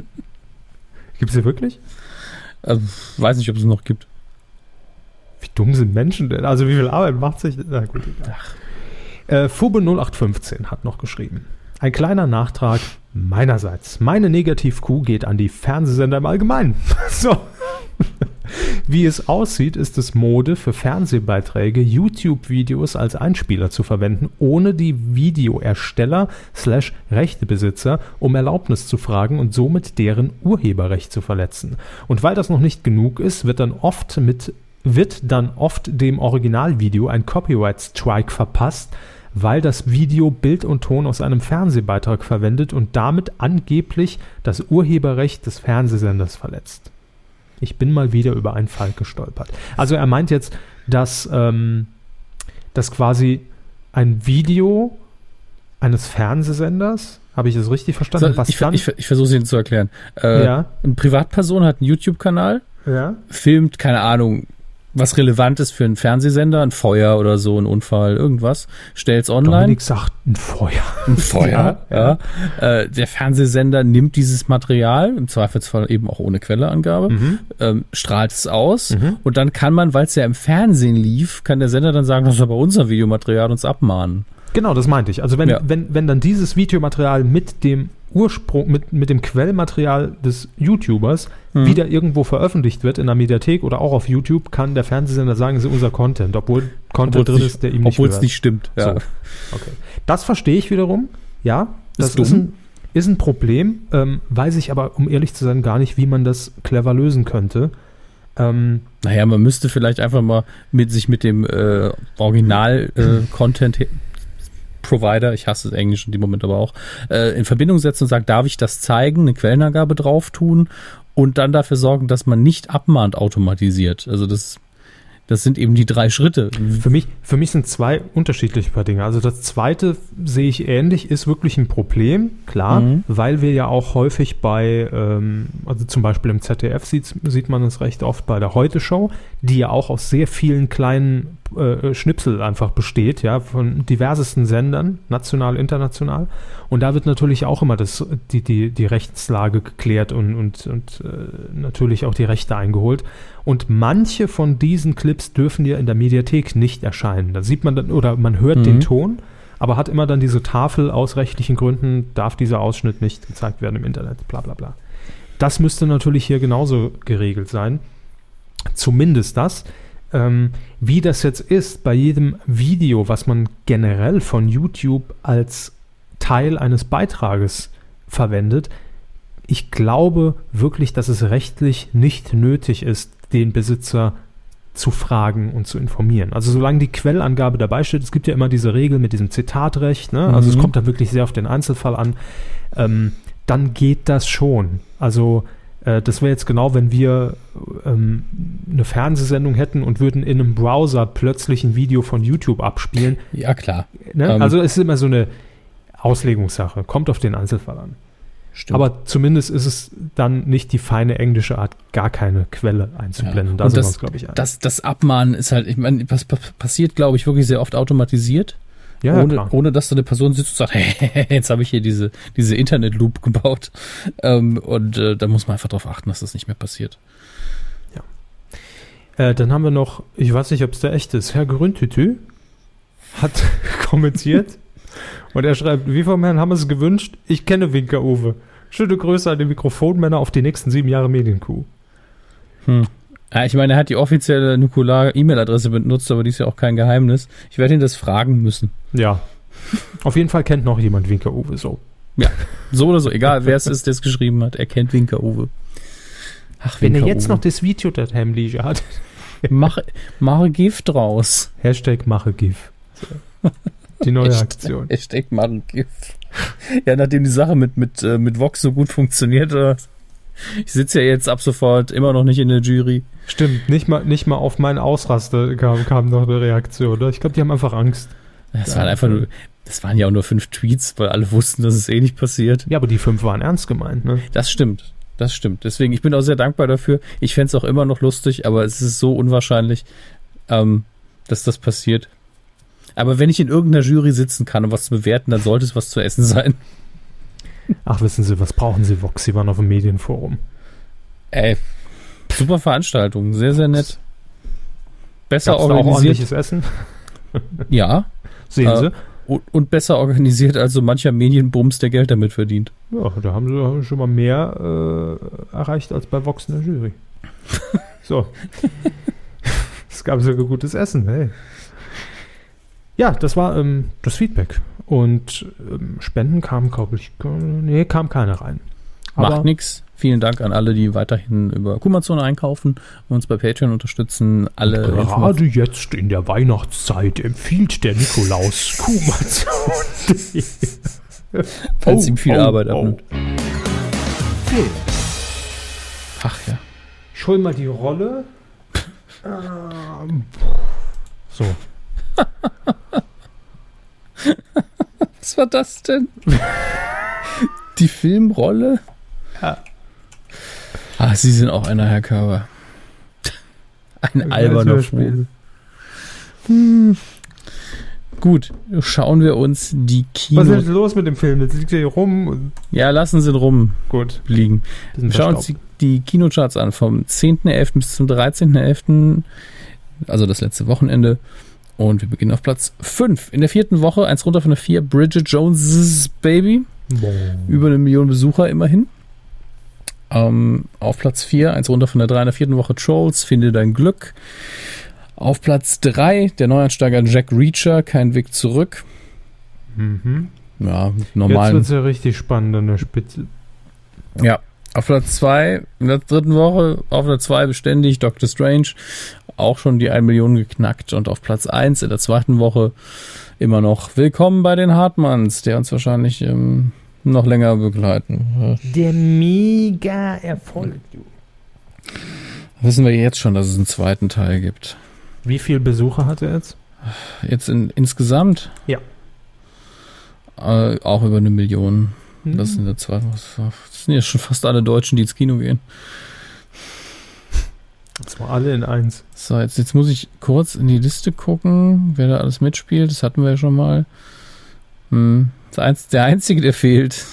Gibt's den wirklich? Also, weiß nicht, ob es noch gibt. Wie dumm sind Menschen denn? Also wie viel Arbeit macht sich... Na gut, egal. Äh, Fube null acht fünfzehn hat noch geschrieben. Ein kleiner Nachtrag meinerseits. Meine Negativ-Kuh geht an die Fernsehsender im Allgemeinen. So. Wie es aussieht, ist es Mode für Fernsehbeiträge, YouTube-Videos als Einspieler zu verwenden, ohne die Videoersteller slash Rechtebesitzer um Erlaubnis zu fragen und somit deren Urheberrecht zu verletzen. Und weil das noch nicht genug ist, wird dann oft mit wird dann oft dem Originalvideo ein Copyright-Strike verpasst, weil das Video Bild und Ton aus einem Fernsehbeitrag verwendet und damit angeblich das Urheberrecht des Fernsehsenders verletzt. Ich bin mal wieder über einen Fall gestolpert. Also er meint jetzt, dass, ähm, dass quasi ein Video eines Fernsehsenders, habe ich das richtig verstanden? So, was ich dann? ich, ich versuche es Ihnen zu erklären. Äh, Ja. Eine Privatperson hat einen YouTube-Kanal, Ja. filmt, keine Ahnung, was relevant ist für einen Fernsehsender, ein Feuer oder so, ein Unfall, irgendwas, stellt's online. Dominik sagt ein Feuer. Ein Feuer, Ja, ja. Äh, der Fernsehsender nimmt dieses Material, im Zweifelsfall eben auch ohne Quelleangabe, Mhm. ähm, strahlt es aus Mhm. und dann kann man, weil es ja im Fernsehen lief, kann der Sender dann sagen, das ist aber unser Videomaterial, uns abmahnen. Genau, das meinte ich. Also wenn, Ja. wenn, wenn dann dieses Videomaterial mit dem Ursprung, mit, mit dem Quellmaterial des YouTubers Mhm. wieder irgendwo veröffentlicht wird in der Mediathek oder auch auf YouTube, kann der Fernsehsender sagen, es ist unser Content, obwohl Content drin nicht, ist, der ihm nicht obwohl es gehört. nicht stimmt. Ja. So. Okay. Das verstehe ich wiederum. Ja, das Ist ist, dumm. ein, ist ein Problem. Ähm, weiß ich aber, um ehrlich zu sein, gar nicht, wie man das clever lösen könnte. Ähm, Naja, man müsste vielleicht einfach mal mit sich mit dem äh, Original-Content Provider, ich hasse das Englisch in dem Moment aber auch, äh, in Verbindung setzen und sagen, darf ich das zeigen, eine Quellenangabe drauf tun und dann dafür sorgen, dass man nicht abmahnt automatisiert. Also das, das sind eben die drei Schritte. Für mich, für mich sind zwei unterschiedliche paar Dinge. Also das zweite sehe ich ähnlich, ist wirklich ein Problem, klar, Mhm. weil wir ja auch häufig bei, ähm, also zum Beispiel im Z D F sieht, sieht man es recht oft bei der Heute-Show, die ja auch aus sehr vielen kleinen äh, Schnipsel einfach besteht, ja, von diversesten Sendern, national, international. Und da wird natürlich auch immer das, die, die, die Rechtslage geklärt und, und, und äh, natürlich auch die Rechte eingeholt. Und manche von diesen Clips dürfen ja in der Mediathek nicht erscheinen. Da sieht man dann, oder man hört Mhm. den Ton, aber hat immer dann diese Tafel, aus rechtlichen Gründen darf dieser Ausschnitt nicht gezeigt werden im Internet, bla bla bla. Das müsste natürlich hier genauso geregelt sein. Zumindest das. Ähm, wie das jetzt ist bei jedem Video, was man generell von YouTube als Teil eines Beitrages verwendet, ich glaube wirklich, dass es rechtlich nicht nötig ist, den Besitzer zu fragen und zu informieren. Also solange die Quellangabe dabei steht, es gibt ja immer diese Regel mit diesem Zitatrecht, ne? Also Mhm. es kommt da wirklich sehr auf den Einzelfall an, ähm, dann geht das schon. Also äh, das wäre jetzt genau, wenn wir ähm, eine Fernsehsendung hätten und würden in einem Browser plötzlich ein Video von YouTube abspielen. Ja, klar. Ne? Ähm. Also es ist immer so eine Auslegungssache, kommt auf den Einzelfall an. Stimmt. Aber zumindest ist es dann nicht die feine englische Art, gar keine Quelle einzublenden. Ja. Da Und sind wir das, uns, glaube ich, einig. das, das Abmahnen ist halt, ich meine, das passiert, glaube ich, wirklich sehr oft automatisiert. Ja, ja, ohne, klar. ohne dass da eine Person sitzt und sagt, hey, jetzt habe ich hier diese, diese Internet-Loop gebaut. Ähm, und äh, da muss man einfach darauf achten, dass das nicht mehr passiert. Äh, dann haben wir noch, ich weiß nicht, ob es der echt ist, Herr Grüntütü hat kommentiert und er schreibt, wie vom Herrn haben es gewünscht, ich kenne Winker Uwe. Schöne Grüße an die Mikrofonmänner auf die nächsten sieben Jahre Medienkuh. Hm. Ja, ich meine, er hat die offizielle Nukular-E-Mail-Adresse benutzt, aber die ist ja auch kein Geheimnis. Ich werde ihn das fragen müssen. Ja, auf jeden Fall kennt noch jemand Winker Uwe so. Ja, so oder so, egal wer es ist, der es geschrieben hat, er kennt Winker Uwe. Ach, Wenn Winker er jetzt Uwe. noch das Video daheim liegen hat. Mache mach Gift draus. Hashtag mache GIF. So. Die neue Aktion. Hashtag machen Gift. Ja, nachdem die Sache mit, mit, äh, mit Vox so gut funktioniert, oder? Ich sitze ja jetzt ab sofort immer noch nicht in der Jury. Stimmt, nicht mal, nicht mal auf meinen Ausraster kam, kam noch eine Reaktion. Oder? Ich glaube, die haben einfach Angst. Das waren einfach nur, das waren ja auch nur fünf Tweets, weil alle wussten, dass es eh nicht passiert. Ja, aber die fünf waren ernst gemeint, ne? Das stimmt, das stimmt. Deswegen, ich bin auch sehr dankbar dafür. Ich fände es auch immer noch lustig, aber es ist so unwahrscheinlich, ähm, dass das passiert. Aber wenn ich in irgendeiner Jury sitzen kann, um was zu bewerten, dann sollte es was zu essen sein. Ach, wissen Sie, was brauchen Sie, Vox? Sie waren auf dem Medienforum. Ey, super Veranstaltung, sehr, sehr nett. Besser Gab's da auch organisiert. ordentliches Essen? Ja. Sehen Äh, Sie? Und, und besser organisiert als so mancher Medienbums, der Geld damit verdient. Ja, da haben Sie haben schon mal mehr äh, erreicht als bei Vox in der Jury. So. Es gab sogar gutes Essen, hey. Ja, das war ähm, das Feedback. Und ähm, Spenden kamen, glaube ich, nee, kam keine rein. Macht nix. Vielen Dank an alle, die weiterhin über Kumazon einkaufen und uns bei Patreon unterstützen. Alle Gerade jetzt in der Weihnachtszeit empfiehlt der Nikolaus Kumazon. Falls ihm viel Arbeit abnimmt. Film. Ach ja. Ich hol mal die Rolle. ähm, so. Was war das denn? Die Filmrolle? Ja. Ah, Sie sind auch einer, Herr Körber. Ein alberner Vogel. Hm. Gut, schauen wir uns die Kino... Was ist denn los mit dem Film? Jetzt liegt er hier rum. Und Ja, lassen Sie ihn rumliegen. gut. Wir schauen uns die, die Kinocharts an, vom zehnten elften bis zum dreizehnten elften Also das letzte Wochenende. Und wir beginnen auf Platz fünf. In der vierten Woche, eins runter von der vier, Bridget Jones's Baby. Boah. Über eine Million Besucher immerhin. Ähm, auf Platz vier, eins runter von der drei in der vierten Woche, Trolls, Finde dein Glück. Auf Platz drei, der Neuansteiger Jack Reacher, Kein Weg zurück. Mhm. Ja, Jetzt normal. wird es ja richtig spannend an der Spitze. Ja, auf Platz zwei, in der dritten Woche, auf der zwei beständig, Doctor Strange, auch schon die eine Million geknackt. Und auf Platz eins in der zweiten Woche immer noch Willkommen bei den Hartmanns, der uns wahrscheinlich ähm, noch länger begleiten. Der mega Erfolg. Wissen wir jetzt schon, dass es einen zweiten Teil gibt. Wie viele Besucher hat er jetzt? Jetzt in, insgesamt? Ja. Äh, auch über eine Million. Mhm. Das sind ja zwei, das sind ja schon fast alle Deutschen, die ins Kino gehen. Das war alle in eins. So, jetzt, jetzt muss ich kurz in die Liste gucken, wer da alles mitspielt. Das hatten wir ja schon mal. Hm, das Einz- der Einzige, der fehlt.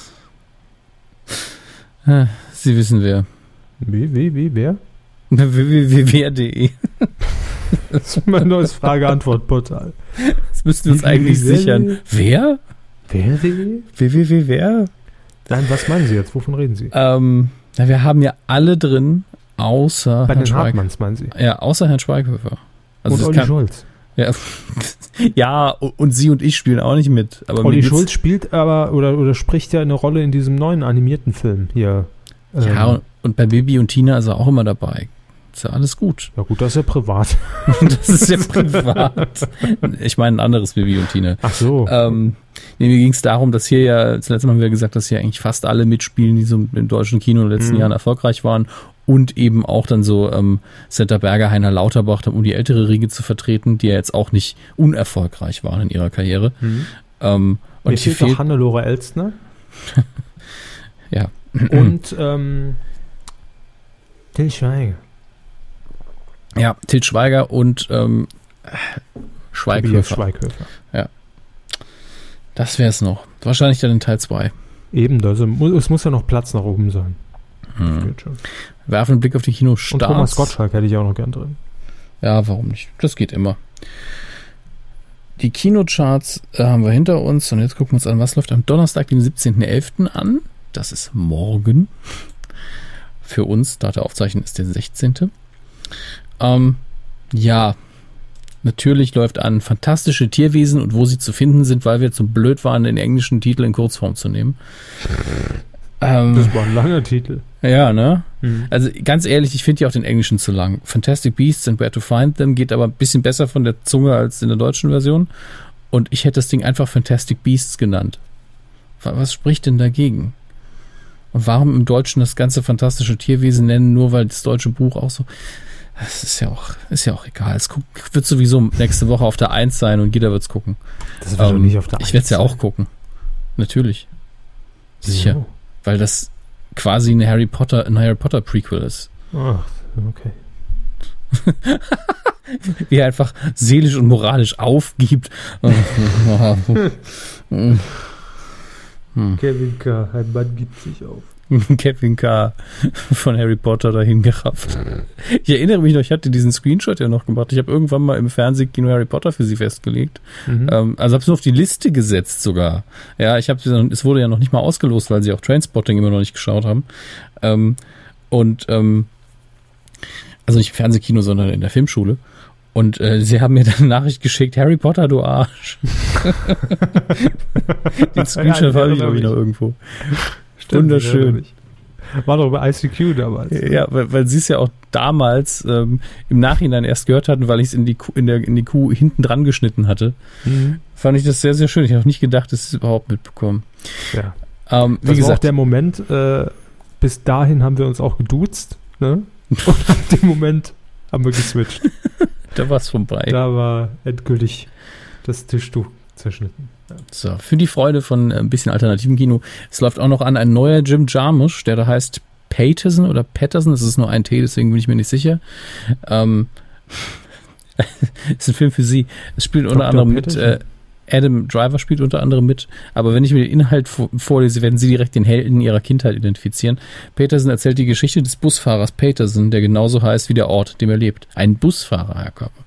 Ah, Sie wissen wer. Wie, wie, wie, wer? w w w punkt wer punkt de. Das ist mein neues Frage-Antwort-Portal. Das müssten wir uns Wie, eigentlich wie, wer? sichern. Wer? Wer? w w w wer? Nein, was meinen Sie jetzt? Wovon reden Sie? Ähm, na, wir haben ja alle drin, außer Bei Herrn den Schweig- Hartmanns, meinen Sie? Ja, außer Herrn Schweighöfer. Also und das Olli kann- Schulz. Ja, ja, und Sie und ich spielen auch nicht mit. Aber Olli mir geht's- Schulz spielt aber oder, oder spricht ja eine Rolle in diesem neuen animierten Film hier. Ja, Ähm, und, und bei Bibi und Tina ist er auch immer dabei. Ist ja alles gut. Ja gut, das ist ja privat. Das ist ja privat. Ich meine ein anderes Vivi und Tine. Ach so. Ähm, nee, mir ging es darum, dass hier ja, das letzte Mal haben wir gesagt, dass hier eigentlich fast alle mitspielen, die so im deutschen Kino in den letzten Mhm. Jahren erfolgreich waren. Und eben auch dann so ähm, Senta Berger, Heiner Lauterbach, um die ältere Riege zu vertreten, die ja jetzt auch nicht unerfolgreich waren in ihrer Karriere. Mhm. Ähm, und Mir hier fehlt noch fehlt, Hannelore Elstner. ja. Und ähm, Til Schweiger. Ja, Til Schweiger und ähm, Tobias Schweighöfer. Schweighöfer. Das wäre es noch. Wahrscheinlich dann in Teil zwei. Eben, also mu- es muss ja noch Platz nach oben sein. Hm. Geht schon. Werfen einen Blick auf die Und Thomas Kinostarts. Gottschalk hätte ich auch noch gern drin. Ja, warum nicht? Das geht immer. Die Kinocharts äh, haben wir hinter uns und jetzt gucken wir uns an, was läuft am Donnerstag, den siebzehnten elften an. Das ist morgen. Für uns, da der Aufzeichnen ist der sechzehnte Ähm, ja, natürlich läuft an Fantastische Tierwesen und wo sie zu finden sind, weil wir zu blöd waren, den englischen Titel in Kurzform zu nehmen. Ähm, Das war ein langer Titel. ja, ne? Mhm. Also ganz ehrlich, ich finde ja auch den Englischen zu lang. Fantastic Beasts and Where to Find Them geht aber ein bisschen besser von der Zunge als in der deutschen Version. Und ich hätte das Ding einfach Fantastic Beasts genannt. Wa- Was spricht denn dagegen? Und warum im Deutschen das ganze fantastische Tierwesen nennen, nur weil das deutsche Buch auch so... Das ist ja auch, ist ja auch egal. Es guck, wird sowieso nächste Woche auf der eins sein und jeder wird's gucken. Das wird doch Ähm, nicht auf der ich werde es ja eins auch gucken. Natürlich. sein. Sicher. So. Weil das quasi eine Harry Potter, ein Harry Potter Prequel ist. Ach, okay. Wie er einfach seelisch und moralisch aufgibt. Kevin K., ein Mann gibt sich auf. Kevin K. von Harry Potter dahin gerafft. Ich erinnere mich noch, ich hatte diesen Screenshot ja noch gemacht. Ich habe irgendwann mal im Fernsehkino Harry Potter für sie festgelegt. Mhm. Ähm, also habe es nur auf die Liste gesetzt sogar. Ja, ich habe es wurde ja noch nicht mal ausgelost, weil sie auch Trainspotting immer noch nicht geschaut haben. Ähm, und ähm, also nicht im Fernsehkino, sondern in der Filmschule. Und äh, sie haben mir dann eine Nachricht geschickt, Harry Potter, du Arsch. Den Screenshot Ja, habe ich ja, noch wieder ich. irgendwo. Stimmt, Wunderschön. War doch bei I C Q damals. Ja, weil, weil sie es ja auch damals ähm, im Nachhinein erst gehört hatten, weil ich es in die Kuh, in der in die Kuh hinten dran geschnitten hatte. Mhm. Fand ich das sehr, sehr schön. Ich habe auch nicht gedacht, dass sie es überhaupt mitbekommen. Ja. Ähm, wie Das war auch gesagt, der Moment, äh, bis dahin haben wir uns auch geduzt, ne? Und ab dem Moment haben wir geswitcht. da war es vorbei. Da war endgültig das Tischtuch zerschnitten. Ja. So, für die Freude von ein bisschen alternativen Kino. Es läuft auch noch an ein neuer Jim Jarmusch, der da heißt Patterson oder Patterson. Das ist nur ein T, deswegen bin ich mir nicht sicher. Ähm, ist ein Film für Sie. Es spielt unter Doktor anderem mit Patterson? äh, Adam Driver spielt unter anderem mit. Aber wenn ich mir den Inhalt vor, vorlese, werden Sie direkt den Helden ihrer Kindheit identifizieren. Patterson erzählt die Geschichte des Busfahrers Patterson, der genauso heißt wie der Ort, dem er lebt. Ein Busfahrer, Herr Körper.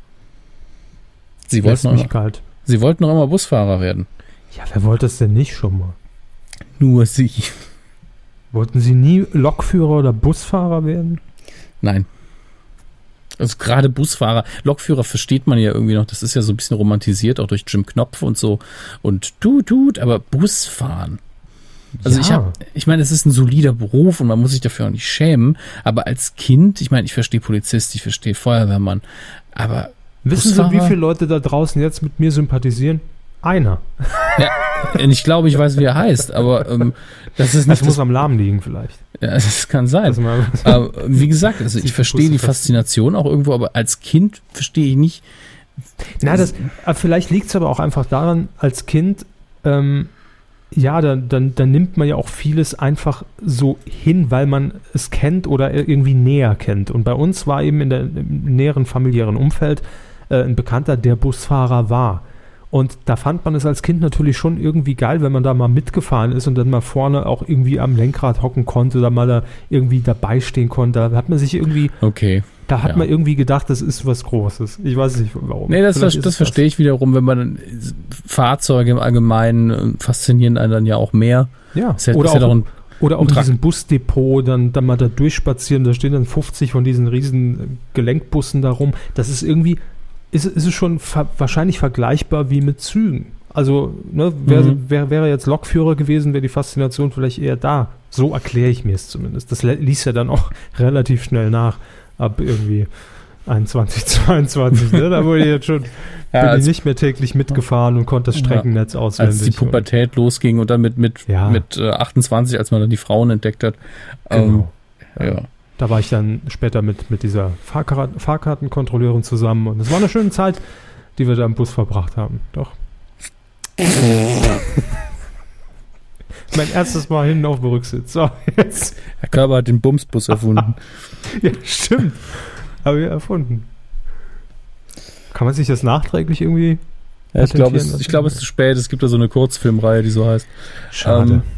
Sie Lässt wollten, mich noch, kalt. Sie wollten noch immer Busfahrer werden. Ja, wer wollte das denn nicht schon mal? Nur Sie. Wollten Sie nie Lokführer oder Busfahrer werden? Nein. Also gerade Busfahrer, Lokführer versteht man ja irgendwie noch, das ist ja so ein bisschen romantisiert, auch durch Jim Knopf und so. Und tut, tut, aber Busfahren. Also Ja. ich habe, ich meine, es ist ein solider Beruf und man muss sich dafür auch nicht schämen, aber als Kind, ich meine, ich verstehe Polizist, ich verstehe Feuerwehrmann, aber Wissen Sie, Busfahrer? wie viele Leute da draußen jetzt mit mir sympathisieren? Einer. und ich glaube, ich weiß, wie er heißt, aber ähm, das ist Das nicht, muss das, am Lahm liegen vielleicht. ja, das kann sein. Also mal, Aber wie gesagt, also Sich ich die verstehe die Busse fest- Faszination auch irgendwo, aber als Kind verstehe ich nicht. na, das, äh, vielleicht liegt es aber auch einfach daran, als Kind, ähm, ja, dann, dann, dann nimmt man ja auch vieles einfach so hin, weil man es kennt oder irgendwie näher kennt. Und bei uns war eben in der, im näheren familiären Umfeld äh, ein Bekannter, der Busfahrer war. Und da fand man es als Kind natürlich schon irgendwie geil, wenn man da mal mitgefahren ist und dann mal vorne auch irgendwie am Lenkrad hocken konnte oder mal da irgendwie dabei stehen konnte. Da hat man sich irgendwie, Okay. da hat Ja. man irgendwie gedacht, das ist was Großes. Ich weiß nicht warum. Nee, das, Vielleicht das, ist das es verstehe ich wiederum, wenn man Fahrzeuge im Allgemeinen äh, faszinieren einen dann ja auch mehr. Ja, Ist ja, oder ist ja auch, doch ein, oder auch ein in Trakt- diesem Busdepot, dann, dann mal da durchspazieren, da stehen dann fünfzig von diesen riesen Gelenkbussen da rum. Das ist irgendwie, ist, ist es schon ver- wahrscheinlich vergleichbar wie mit Zügen. Also, ne, wäre Mhm. wär, wär er jetzt Lokführer gewesen, wäre die Faszination vielleicht eher da. So erkläre ich mir es zumindest. Das lä- ließ ja dann auch relativ schnell nach. ab irgendwie einundzwanzig, zweiundzwanzig, ne? Da wurde ich jetzt schon Ja, bin als, ich nicht mehr täglich mitgefahren und konnte das Streckennetz ja, auswendig. als die Pubertät losging und dann mit, mit, Ja. mit äh, achtundzwanzig, als man dann die Frauen entdeckt hat. Genau. Ähm, ja. Da war ich dann später mit, mit dieser Fahrkar- Fahrkartenkontrolleurin zusammen und es war eine schöne Zeit, die wir da im Bus verbracht haben. Doch. Mein erstes Mal hinten auf dem Rücksitz. So, jetzt. Herr Körber hat den Bumsbus erfunden. Ja, stimmt. Haben wir erfunden. Kann man sich das nachträglich irgendwie Ja, ich glaube, es, patentieren ich glaube, es ist zu spät. Es gibt da so eine Kurzfilmreihe, die so heißt. Schade. Ähm,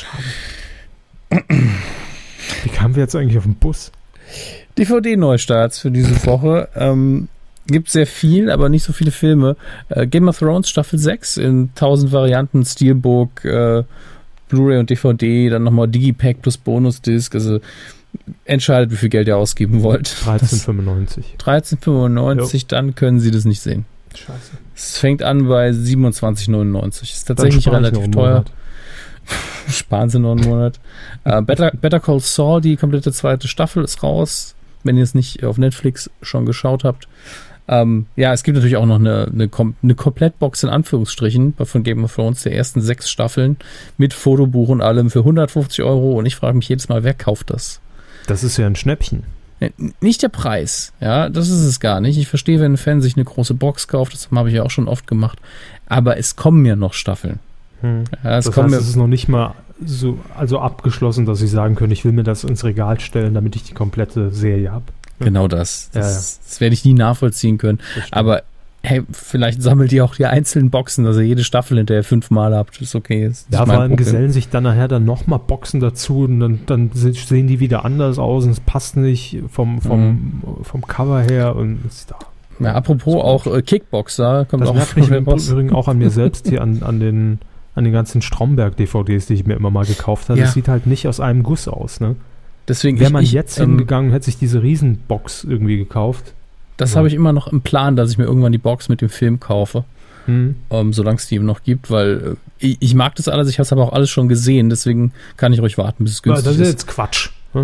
Schade. Wie kamen wir jetzt eigentlich auf den Bus? D V D-Neustarts für diese Woche. Ähm, gibt sehr viel, aber nicht so viele Filme. Äh, Game of Thrones Staffel sechs in tausend Varianten, Steelbook, äh, Blu-ray und D V D, dann nochmal Digipack plus Bonusdisc. Also entscheidet, wie viel Geld ihr ausgeben wollt. dreizehn fünfundneunzig. dreizehn fünfundneunzig, dann können sie das nicht sehen. Scheiße. Es fängt an bei siebenundzwanzig neunundneunzig. Ist tatsächlich Dann spare ich noch relativ einen teuer. Monat. Sparen Sie noch einen Monat. äh, Better, Better Call Saul, die komplette zweite Staffel ist raus, wenn ihr es nicht auf Netflix schon geschaut habt. Ähm, ja, es gibt natürlich auch noch eine, eine, Kom- eine Komplettbox in Anführungsstrichen von Game of Thrones, der ersten sechs Staffeln mit Fotobuch und allem für hundertfünfzig Euro und ich frage mich jedes Mal, wer kauft das? Das ist ja ein Schnäppchen. Nicht der Preis, ja, das ist es gar nicht. Ich verstehe, wenn ein Fan sich eine große Box kauft, das habe ich ja auch schon oft gemacht, aber es kommen ja noch Staffeln. Hm. Ja, es das kommen heißt, ja, es ist noch nicht mal so also abgeschlossen, dass ich sagen könnte, ich will mir das ins Regal stellen, damit ich die komplette Serie habe. genau das. Das, Ja, ja. das werde ich nie nachvollziehen können. Aber hey, vielleicht sammelt ihr auch die einzelnen Boxen, dass ihr jede Staffel hinterher fünfmal habt. Das ist okay. Das ist Ja, nicht vor mein allem Problem. gesellen sich dann nachher dann nochmal Boxen dazu und dann, dann se- sehen die wieder anders aus und es passt nicht vom, vom, Mhm. vom Cover her und es ist da. Ja, apropos auch äh, Kickboxer, kommt Das auch merkt mich von im raus. Übrigen auch an mir selbst hier an, an den an den ganzen Stromberg-D V Ds, die ich mir immer mal gekauft habe. Ja. Das sieht halt nicht aus einem Guss aus, ne? Deswegen Wäre ich, man ich, jetzt ähm, hingegangen, hätte sich diese Riesenbox irgendwie gekauft. Das Ja. habe ich immer noch im Plan, dass ich mir irgendwann die Box mit dem Film kaufe, Hm. ähm, solange es die eben noch gibt, weil äh, ich, ich mag das alles, ich habe es aber auch alles schon gesehen, deswegen kann ich ruhig warten, bis es Ja, günstig das ist ist. jetzt Quatsch. Ne?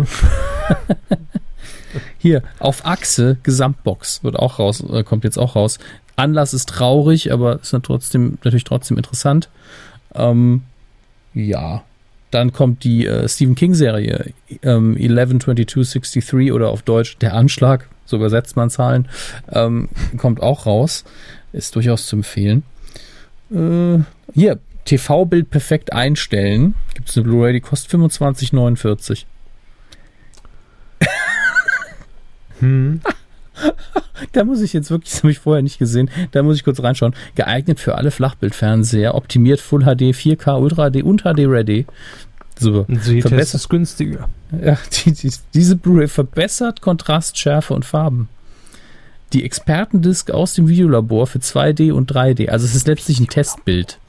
Hier, auf Achse, Gesamtbox, wird auch raus, äh, kommt jetzt auch raus. Anlass ist traurig, aber ist dann trotzdem, natürlich trotzdem interessant. Ähm, ja. Dann kommt die äh, Stephen King-Serie ähm, elf zweiundzwanzig dreiundsechzig oder auf Deutsch Der Anschlag, so übersetzt man Zahlen, ähm, kommt auch raus. Ist durchaus zu empfehlen. Äh, hier, T V-Bild perfekt einstellen. Gibt es eine Blu-ray, die kostet fünfundzwanzig neunundvierzig. Hm. Da muss ich jetzt wirklich, das habe ich vorher nicht gesehen, da muss ich kurz reinschauen. Geeignet für alle Flachbildfernseher, optimiert Full H D, vier K, Ultra H D und H D Ready. Super. Und sie Verbessert- Test ist günstiger. Ja, die, die, diese Blu-ray verbessert Kontrast, Schärfe und Farben. Die Expertendisk aus dem Videolabor für zwei D und drei D. Also es ist letztlich ein Testbild.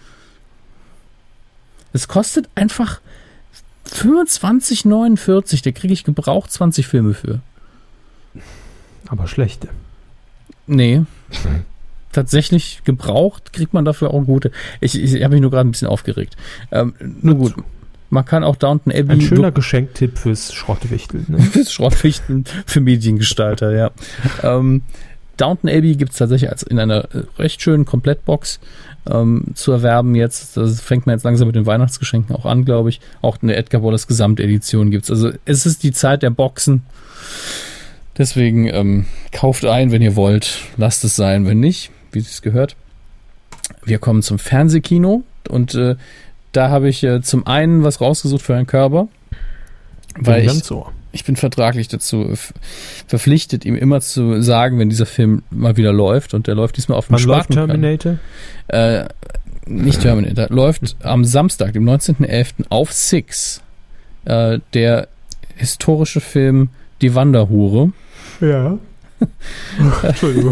Es kostet einfach fünfundzwanzig neunundvierzig. Da kriege ich gebraucht zwanzig Filme für. Aber schlechte. Nee. Tatsächlich gebraucht kriegt man dafür auch gute. Ich, ich habe mich nur gerade ein bisschen aufgeregt. Ähm, nur gut. Man kann auch Downton Abbey. Ein schöner Geschenktipp fürs Schrottwichteln. Ne? Fürs Schrottwichteln für Mediengestalter, ja. ähm, Downton Abbey gibt es tatsächlich als in einer äh, recht schönen Komplettbox ähm, zu erwerben jetzt. Das fängt man jetzt langsam mit den Weihnachtsgeschenken auch an, glaube ich. Auch eine Edgar Wallace Gesamtedition gibt es. Also es ist die Zeit der Boxen. Deswegen ähm, kauft ein, wenn ihr wollt. Lasst es sein, wenn nicht, wie es gehört. Wir kommen zum Fernsehkino und äh, da habe ich äh, zum einen was rausgesucht für Herrn Körber, weil ich, so. ich bin vertraglich dazu f- verpflichtet, ihm immer zu sagen, wenn dieser Film mal wieder läuft und der läuft diesmal auf dem Wann läuft Spaten. Terminator? Äh, nicht Terminator, läuft am Samstag, dem neunzehnten elften auf Six äh, der historische Film Die Wanderhure. Ja. Entschuldigung.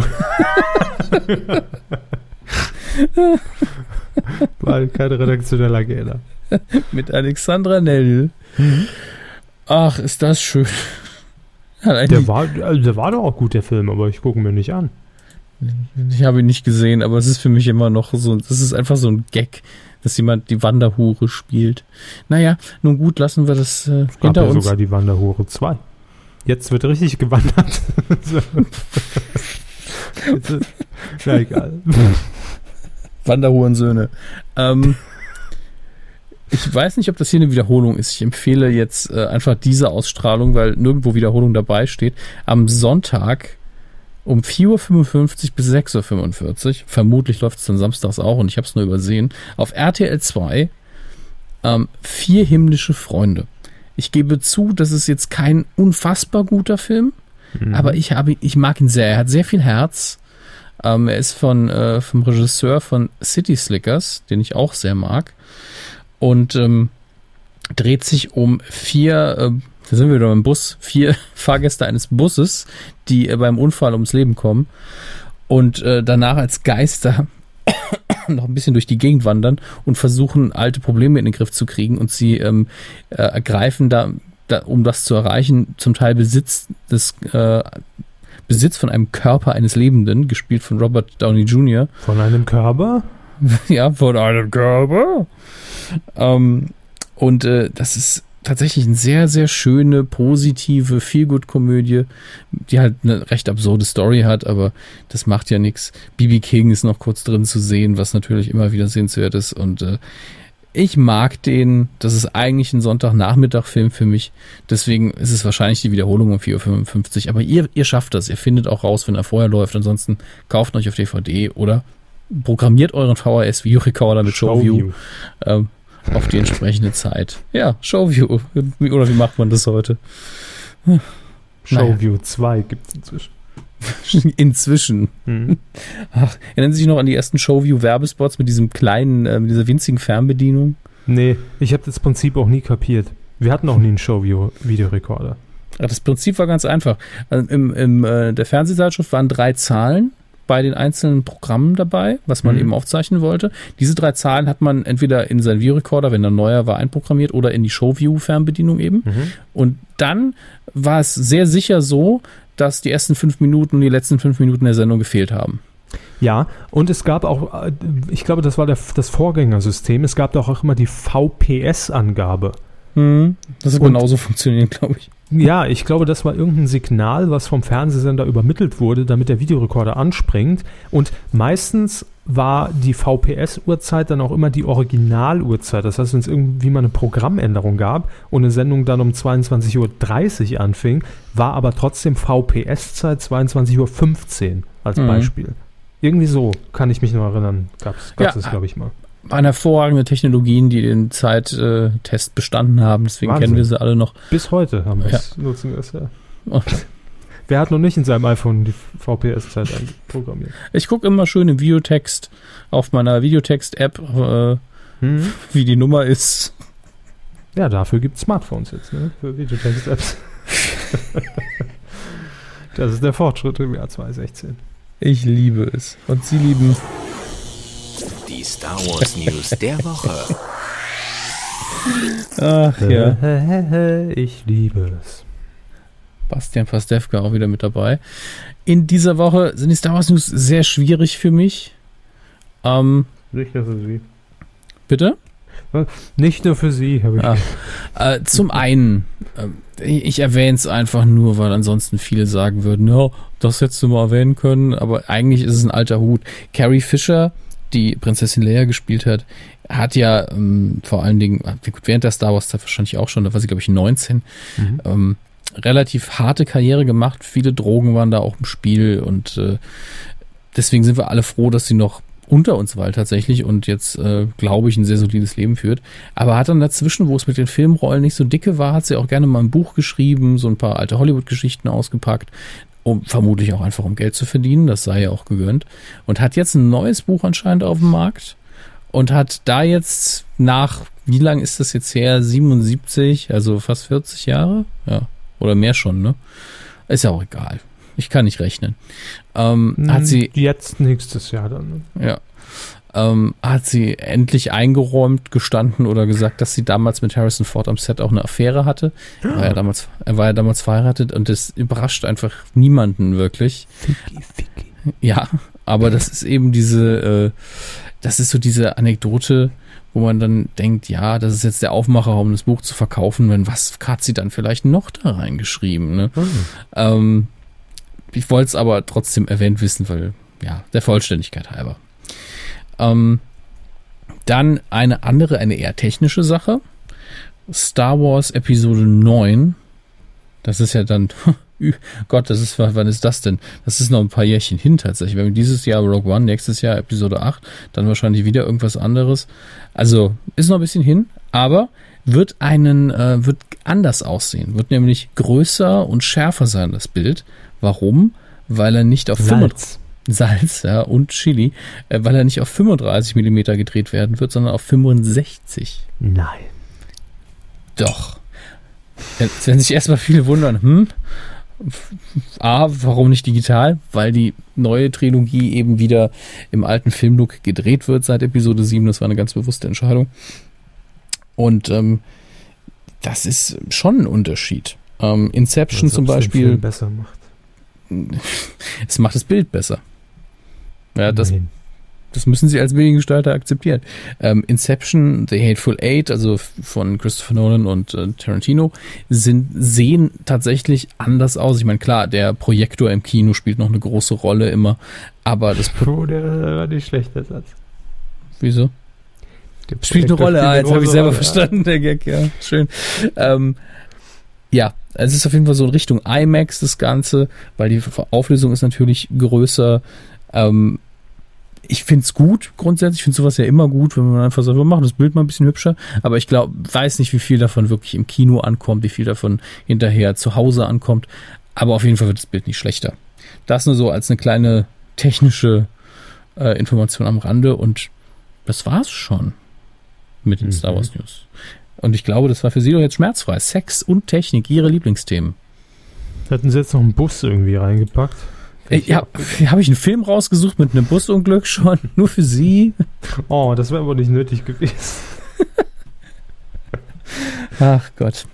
War keine redaktioneller Agenda. Mit Alexandra Nell. Mhm. Ach, ist das schön. Hat Der eigentlich- war, also der war doch auch gut, der Film, aber ich gucke mir nicht an. Ich habe ihn nicht gesehen, aber es ist für mich immer noch so, das ist einfach so ein Gag, dass jemand die Wanderhure spielt. Naja, nun gut, lassen wir das äh, Es gab hinter ja uns. sogar die Wanderhure zwei. Jetzt wird richtig gewandert. So. Jetzt, na egal. Wanderhurensöhne. Ähm, ich weiß nicht, ob das hier eine Wiederholung ist. Ich empfehle jetzt äh, einfach diese Ausstrahlung, weil nirgendwo Wiederholung dabei steht. Am Sonntag um vier Uhr fünfundfünfzig bis sechs Uhr fünfundvierzig. Vermutlich läuft es dann samstags auch und ich habe es nur übersehen. Auf R T L zwei ähm, Vier himmlische Freunde. Ich gebe zu, das ist jetzt kein unfassbar guter Film, mhm. aber ich habe, ich mag ihn sehr. Er hat sehr viel Herz. Ähm, er ist von äh, vom Regisseur von City Slickers, den ich auch sehr mag, und ähm, dreht sich um vier, äh, da sind wir wieder im Bus, vier Fahrgäste eines Busses, die äh, beim Unfall ums Leben kommen und äh, danach als Geister noch ein bisschen durch die Gegend wandern und versuchen, alte Probleme in den Griff zu kriegen, und sie ähm, äh, ergreifen da, da, um das zu erreichen, zum Teil Besitz des äh, Besitz von einem Körper eines Lebenden, gespielt von Robert Downey Junior Von einem Körper? Ja, von einem Körper. Ähm, und äh, das ist tatsächlich eine sehr, sehr schöne, positive Feel-Good-Komödie, die halt eine recht absurde Story hat, aber das macht ja nichts. B B King ist noch kurz drin zu sehen, was natürlich immer wieder sehenswert ist, und äh, ich mag den. Das ist eigentlich ein Sonntagnachmittag-Film für mich, deswegen ist es wahrscheinlich die Wiederholung um vier Uhr fünfundfünfzig, aber ihr, ihr schafft das, ihr findet auch raus, wenn er vorher läuft, ansonsten kauft euch auf D V D oder programmiert euren V H S-Videorekorder mit Showview. Showview. Ähm, auf die entsprechende Zeit. Ja, Showview. Oder wie macht man das heute? Hm. Showview naja. zwei gibt es inzwischen. Inzwischen. Mhm. Ach, erinnern Sie sich noch an die ersten Showview-Werbespots mit diesem kleinen, äh, mit dieser winzigen Fernbedienung? Nee, ich habe das Prinzip auch nie kapiert. Wir hatten auch nie einen Showview-Videorekorder. Ach, das Prinzip war ganz einfach. Also im, im, äh, der Fernsehzeitschrift waren drei Zahlen bei den einzelnen Programmen dabei, was man mhm. eben aufzeichnen wollte. Diese drei Zahlen hat man entweder in seinen Videorekorder, wenn er neuer war, einprogrammiert, oder in die Showview-Fernbedienung eben. Mhm. Und dann war es sehr sicher so, dass die ersten fünf Minuten und die letzten fünf Minuten der Sendung gefehlt haben. Ja, und es gab auch, ich glaube, das war der, das Vorgängersystem, es gab auch immer die V P S-Angabe. Mhm. Das wird genauso funktionieren, glaube ich. Ja, ich glaube, das war irgendein Signal, was vom Fernsehsender übermittelt wurde, damit der Videorekorder anspringt. Und meistens war die V P S-Uhrzeit dann auch immer die Originaluhrzeit. Das heißt, wenn es irgendwie mal eine Programmänderung gab und eine Sendung dann um zweiundzwanzig Uhr dreißig anfing, war aber trotzdem V P S-Zeit zweiundzwanzig Uhr fünfzehn als mhm. Beispiel. Irgendwie so, kann ich mich noch erinnern, gab es ja, das, glaube ich, mal. Waren hervorragende Technologien, die den Zeittest bestanden haben, deswegen Wahnsinn. Kennen wir sie alle noch. Bis heute haben wir es, ja. nutzen wir es, ja. Wer hat noch nicht in seinem iPhone die V P S-Zeit einprogrammiert? Ich gucke immer schön im Videotext auf meiner Videotext-App, äh, hm. wie die Nummer ist. Ja, dafür gibt es Smartphones jetzt, ne? Für Videotext-Apps. Das ist der Fortschritt im Jahr zwanzig sechzehn. Ich liebe es. Und Sie lieben... Die Star Wars News der Woche. Ach ja. Ich liebe es. Bastian Pastewka auch wieder mit dabei. In dieser Woche sind die Star Wars News sehr schwierig für mich. Ähm, Nicht nur für Sie. Bitte? Nicht nur für Sie, habe ich. Ah, äh, zum einen, äh, ich erwähne es einfach nur, weil ansonsten viele sagen würden, ja, das hättest du mal erwähnen können, aber eigentlich ist es ein alter Hut. Carrie Fisher, die Prinzessin Leia gespielt hat, hat ja ähm, vor allen Dingen, gut, während der Star Wars Zeit wahrscheinlich auch schon, da war sie, glaube ich, neunzehn, mhm. ähm, relativ harte Karriere gemacht. Viele Drogen waren da auch im Spiel und äh, deswegen sind wir alle froh, dass sie noch unter uns war tatsächlich und jetzt, äh, glaube ich, ein sehr solides Leben führt. Aber hat dann dazwischen, wo es mit den Filmrollen nicht so dicke war, hat sie auch gerne mal ein Buch geschrieben, so ein paar alte Hollywood-Geschichten ausgepackt, um vermutlich auch einfach um Geld zu verdienen, das sei ja auch gegönnt. Und hat jetzt ein neues Buch anscheinend auf dem Markt und hat da jetzt nach, wie lang ist das jetzt her? siebenundsiebzig, also fast vierzig Jahre? Ja, oder mehr schon, ne? Ist ja auch egal. Ich kann nicht rechnen. Ähm, hm, hat sie jetzt nächstes Jahr dann. Ne? Ja. Ähm, hat sie endlich eingeräumt, gestanden oder gesagt, dass sie damals mit Harrison Ford am Set auch eine Affäre hatte. Er war ja damals, er war ja damals verheiratet und das überrascht einfach niemanden wirklich. Ficky, ficky. Ja, aber das ist eben diese, äh, das ist so diese Anekdote, wo man dann denkt, ja, das ist jetzt der Aufmacher, um das Buch zu verkaufen, wenn was hat sie dann vielleicht noch da reingeschrieben, ne? Mhm. Ähm, ich wollte es aber trotzdem erwähnt wissen, weil, ja, der Vollständigkeit halber. Ähm, dann eine andere, eine eher technische Sache. Star Wars Episode neun. Das ist ja dann, Gott, das ist, wann ist das denn? Das ist noch ein paar Jährchen hin tatsächlich. Wenn wir dieses Jahr Rogue One, nächstes Jahr Episode acht, dann wahrscheinlich wieder irgendwas anderes. Also, ist noch ein bisschen hin, aber wird einen, äh, wird anders aussehen. Wird nämlich größer und schärfer sein, das Bild. Warum? Weil er nicht auf Salz. Salz, ja, und Chili, äh, weil er nicht auf fünfunddreißig Millimeter gedreht werden wird, sondern auf fünfundsechzig. Nein. Doch. Jetzt werden sich erstmal viele wundern, hm? A, warum nicht digital? Weil die neue Trilogie eben wieder im alten Filmlook gedreht wird seit Episode sieben. Das war eine ganz bewusste Entscheidung. Und ähm, das ist schon ein Unterschied. Ähm, Inception zum Beispiel. Den Film besser macht. Es macht das Bild besser. Ja, das, das müssen sie als Mediengestalter akzeptieren. Ähm, Inception, The Hateful Eight, also von Christopher Nolan und äh, Tarantino, sind, sehen tatsächlich anders aus. Ich meine, klar, der Projektor im Kino spielt noch eine große Rolle immer, aber das... Oh, der war nicht schlecht, der Satz. Wieso? Spielt eine Rolle, ah, jetzt habe ich selber Rolle, verstanden, ja. Der Gag, ja, schön. Ähm, ja, es ist auf jeden Fall so in Richtung IMAX das Ganze, weil die Auflösung ist natürlich größer. Ähm, ich finde es gut, grundsätzlich. Ich finde sowas ja immer gut, wenn man einfach sagt, wir machen das Bild mal ein bisschen hübscher. Aber ich glaube, weiß nicht, wie viel davon wirklich im Kino ankommt, wie viel davon hinterher zu Hause ankommt. Aber auf jeden Fall wird das Bild nicht schlechter. Das nur so als eine kleine technische äh, Information am Rande. Und das war's schon mit den mhm. Star Wars News. Und ich glaube, das war für Sie doch jetzt schmerzfrei. Sex und Technik, Ihre Lieblingsthemen. Hätten Sie jetzt noch einen Bus irgendwie reingepackt? Ey, ja, habe ich einen Film rausgesucht mit einem Busunglück schon, nur für Sie. Oh, das wäre aber nicht nötig gewesen. Ach Gott.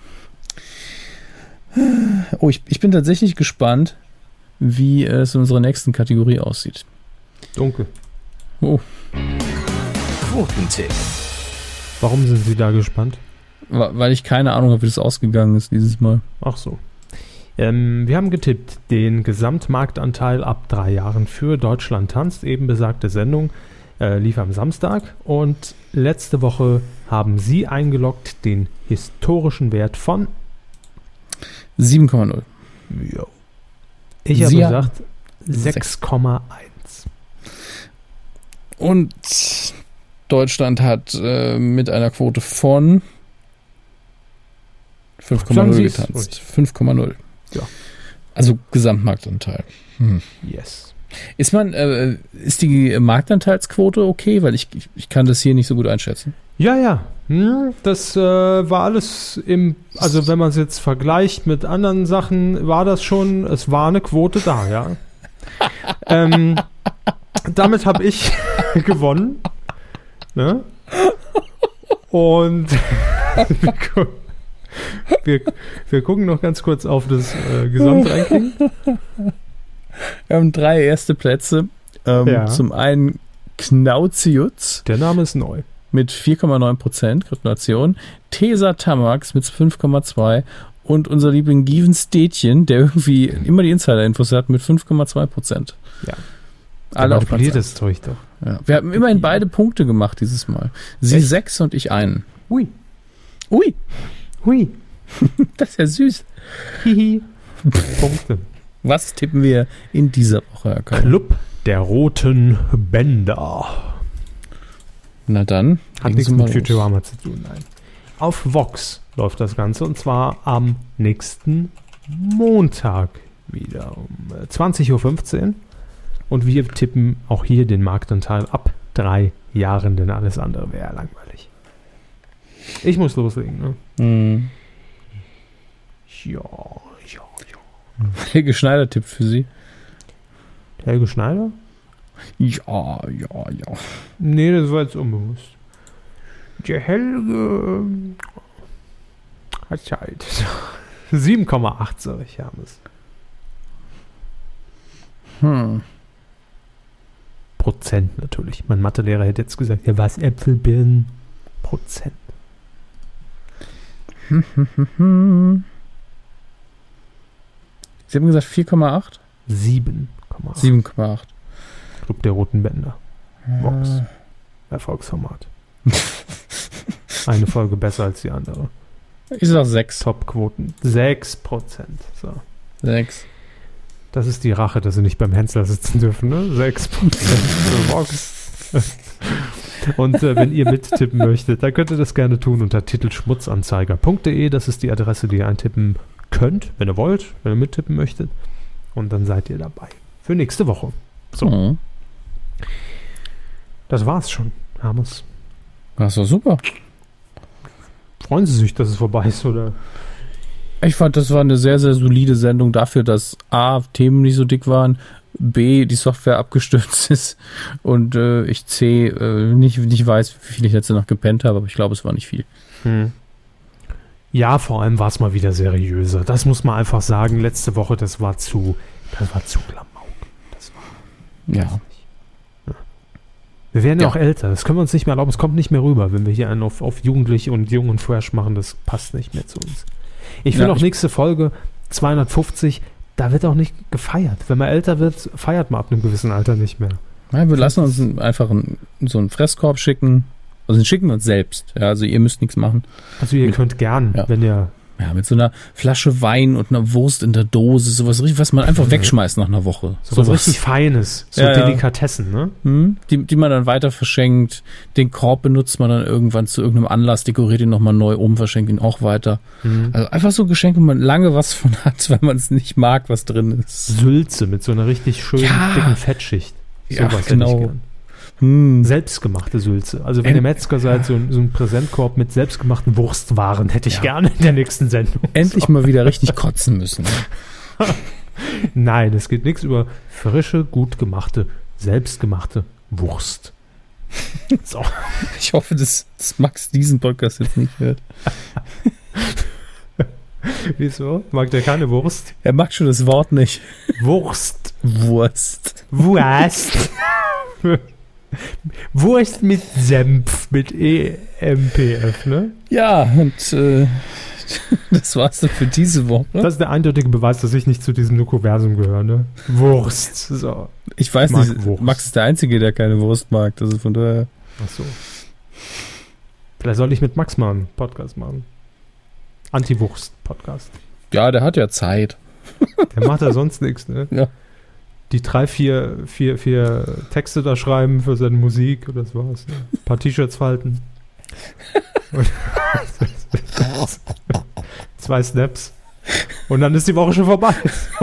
Oh, ich, ich bin tatsächlich gespannt, wie es in unserer nächsten Kategorie aussieht. Dunkel. Oh. Quotentipp. Warum sind Sie da gespannt? Weil ich keine Ahnung habe, wie das ausgegangen ist dieses Mal. Ach so. Ähm, wir haben getippt den Gesamtmarktanteil ab drei Jahren für Deutschland tanzt. Eben besagte Sendung äh, lief am Samstag. Und letzte Woche haben Sie eingeloggt den historischen Wert von sieben Komma null. Jo. Ich habe gesagt sechs Komma eins. Und Deutschland hat äh, mit einer Quote von fünf Komma null getanzt. fünf Komma null. Ja. Also Gesamtmarktanteil. Hm. Yes. Ist man, äh, ist die Marktanteilsquote okay? Weil ich, ich, ich kann das hier nicht so gut einschätzen. Ja, ja. Hm, das äh, war alles im, also wenn man es jetzt vergleicht mit anderen Sachen, war das schon, es war eine Quote da, ja. ähm, damit habe ich gewonnen. Ne? Und wir, gu- wir, wir gucken noch ganz kurz auf das äh, Gesamtranking. Wir haben drei erste Plätze. Ähm, ja. Zum einen Knauzijutz. Der Name ist neu. Mit vier Komma neun Prozent Gratulation. Tesa Tamax mit fünf Komma zwei und unser Liebling Given Städtchen, der irgendwie immer die Insider-Infos hat, mit fünf Komma zwei Prozent. Ja. Alle auf Platz das Zeug doch. Ja. Wir haben immerhin beide Punkte gemacht dieses Mal. Sie Echt? sechs und ich einen. Ui. Ui. Ui. Das ist ja süß. Hihi. Punkte. Was tippen wir in dieser Woche, Herr Kauer? Club der roten Bänder. Na dann. Hat nichts mit Futurama zu tun, nein. Auf Vox läuft das Ganze und zwar am nächsten Montag wieder um zwanzig Uhr fünfzehn. Und wir tippen auch hier den Marktanteil ab drei Jahren, denn alles andere wäre langweilig. Ich muss loslegen, ne? Mhm. Ja, ja, ja. Helge Schneider tippt für Sie. Helge Schneider? Ja, ja, ja. Nee, das war jetzt unbewusst. Der Helge hat Zeit. sieben Komma acht, sag ich, haben es. Hm. Prozent natürlich. Mein Mathelehrer hätte jetzt gesagt, ja was, Äpfel, Birnen, Prozent. Hm, hm, hm, hm. Sie haben gesagt vier Komma acht? sieben Komma acht. sieben Komma acht. Club der Roten Bänder. Vox. Erfolgsformat. Eine Folge besser als die andere. Ich sag sechs. Topquoten. sechs Prozent. So. sechs. Das ist die Rache, dass sie nicht beim Hensler sitzen dürfen, ne? sechs Prozent für Vox. Und äh, wenn ihr mittippen möchtet, dann könnt ihr das gerne tun unter titelschmutzanzeiger punkt de. Das ist die Adresse, die ihr eintippen könnt, wenn ihr wollt, wenn ihr mittippen möchtet. Und dann seid ihr dabei. Für nächste Woche. So. Mhm. Das war's schon, Hermes. Das war super. Freuen Sie sich, dass es vorbei ist, oder? Ich fand, das war eine sehr, sehr solide Sendung dafür, dass A, Themen nicht so dick waren, B, die Software abgestürzt ist und äh, ich C, äh, nicht, nicht weiß, wie viel ich letzte Nacht gepennt habe, aber ich glaube, es war nicht viel. Hm. Ja, vor allem war es mal wieder seriöser. Das muss man einfach sagen. Letzte Woche, das war zu, das war zu Klamauk. Das war, Ja. ja. Wir werden ja Ja. auch älter. Das können wir uns nicht mehr erlauben. Es kommt nicht mehr rüber, wenn wir hier einen auf, auf Jugendlich und Jung und Fresh machen. Das passt nicht mehr zu uns. Ich finde Ja, auch ich- nächste Folge zweihundertfünfzig, da wird auch nicht gefeiert. Wenn man älter wird, feiert man ab einem gewissen Alter nicht mehr. Ja, wir lassen uns einfach einen, so einen Fresskorb schicken. Also den schicken wir uns selbst. Ja, also ihr müsst nichts machen. Also ihr Mit- könnt gern, ja. wenn ihr... Ja, mit so einer Flasche Wein und einer Wurst in der Dose, sowas richtig, was man einfach wegschmeißt nach einer Woche. So was richtig Feines, so Ja, ja. Delikatessen, ne? Hm, die, die man dann weiter verschenkt. Den Korb benutzt man dann irgendwann zu irgendeinem Anlass, dekoriert ihn nochmal neu um, verschenkt ihn auch weiter. Mhm. Also einfach so Geschenke, wo man lange was von hat, weil man es nicht mag, was drin ist. Sülze mit so einer richtig schönen, Ja. dicken Fettschicht. Ja, Sowas genau. hätte ich gern. Hm. Selbstgemachte Sülze. Also wenn En- ihr Metzger seid, so, ein- so ein Präsentkorb mit selbstgemachten Wurstwaren hätte ich Ja. gerne in der nächsten Sendung. Endlich mal wieder richtig kotzen müssen. Nein, es geht nichts über frische, gut gemachte, selbstgemachte Wurst. So. Ich hoffe, dass, dass Max diesen Podcast jetzt nicht hört. Wieso? Mag der keine Wurst? Er mag schon das Wort nicht. Wurst. Wurst. Wurst. Wurst mit Senf, mit E M P F, ne? Ja, und äh, das war's dann für diese Woche. Das ist der eindeutige Beweis, dass ich nicht zu diesem Nukuversum gehöre, ne? Wurst. So. Ich weiß mag nicht, Wurst. Max ist der Einzige, der keine Wurst mag. Also von daher. Ach so. Vielleicht soll ich mit Max mal einen Podcast machen. Anti-Wurst-Podcast. Ja, der hat ja Zeit. Der macht ja sonst nichts, ne? Ja. Die drei, vier, vier, vier Texte da schreiben für seine Musik und das war's. Ne? Ein paar T-Shirts falten. Und zwei Snaps. Und dann ist die Woche schon vorbei.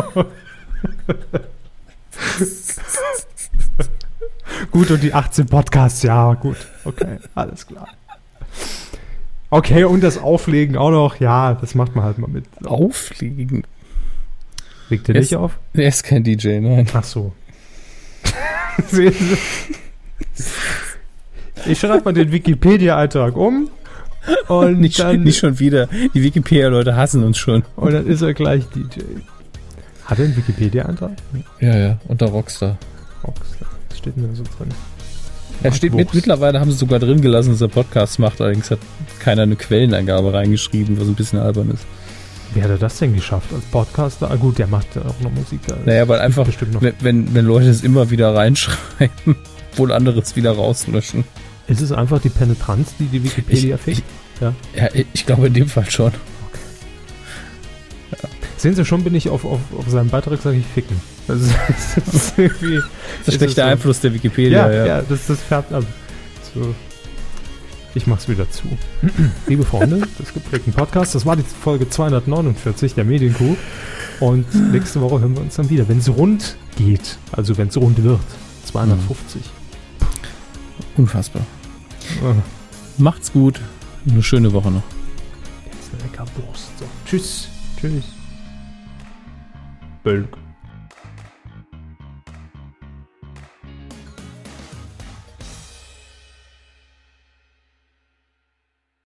Gut, und die achtzehn Podcasts, ja, gut. Okay, alles klar. Okay, und das Auflegen auch noch, ja, das macht man halt mal mit. Auflegen. Legt ihr Er nicht ist- auf? Er ist kein D J, nein. Ach so. Sehen Sie? Ich schreibe mal den Wikipedia-Eintrag um und, Nicht, dann, nicht schon wieder. Die Wikipedia-Leute hassen uns schon. und dann ist er gleich D J. Hat er einen Wikipedia-Eintrag? Ja, ja, unter Rockstar. Rockstar. Was steht denn da so drin? Er steht mit, Wurst. mittlerweile haben sie sogar drin gelassen, dass er Podcasts macht. Allerdings hat keiner eine Quellenangabe reingeschrieben, was ein bisschen albern ist. Wie hat er das denn geschafft als Podcaster? Ah gut, der macht ja auch noch Musik. Da Naja, weil einfach, bestimmt noch. wenn, wenn, wenn Leute es immer wieder reinschreiben, wohl anderes wieder rauslöschen. Ist es einfach die Penetranz, die die Wikipedia Ich- fickt? Ja, ich glaube in dem Fall schon. Sehen Sie, schon bin ich auf, auf, auf seinem Beitrag, sage ich ficken. Das ist, das ist irgendwie... Das ist ist schlechter so. Einfluss der Wikipedia, Ja, ja. ja, das, das färbt ab. So. Ich mach's wieder zu. Liebe Freunde des geprägten Podcasts, das war die Folge zweihundertneunundvierzig der Medienkuh. Und nächste Woche hören wir uns dann wieder, wenn es rund geht. Also wenn es rund wird. zweihundertfünfzig. Unfassbar. Ah, Macht's gut. Eine schöne Woche noch. jetzt eine lecker Wurst. So. Tschüss. Tschüss. Bölk.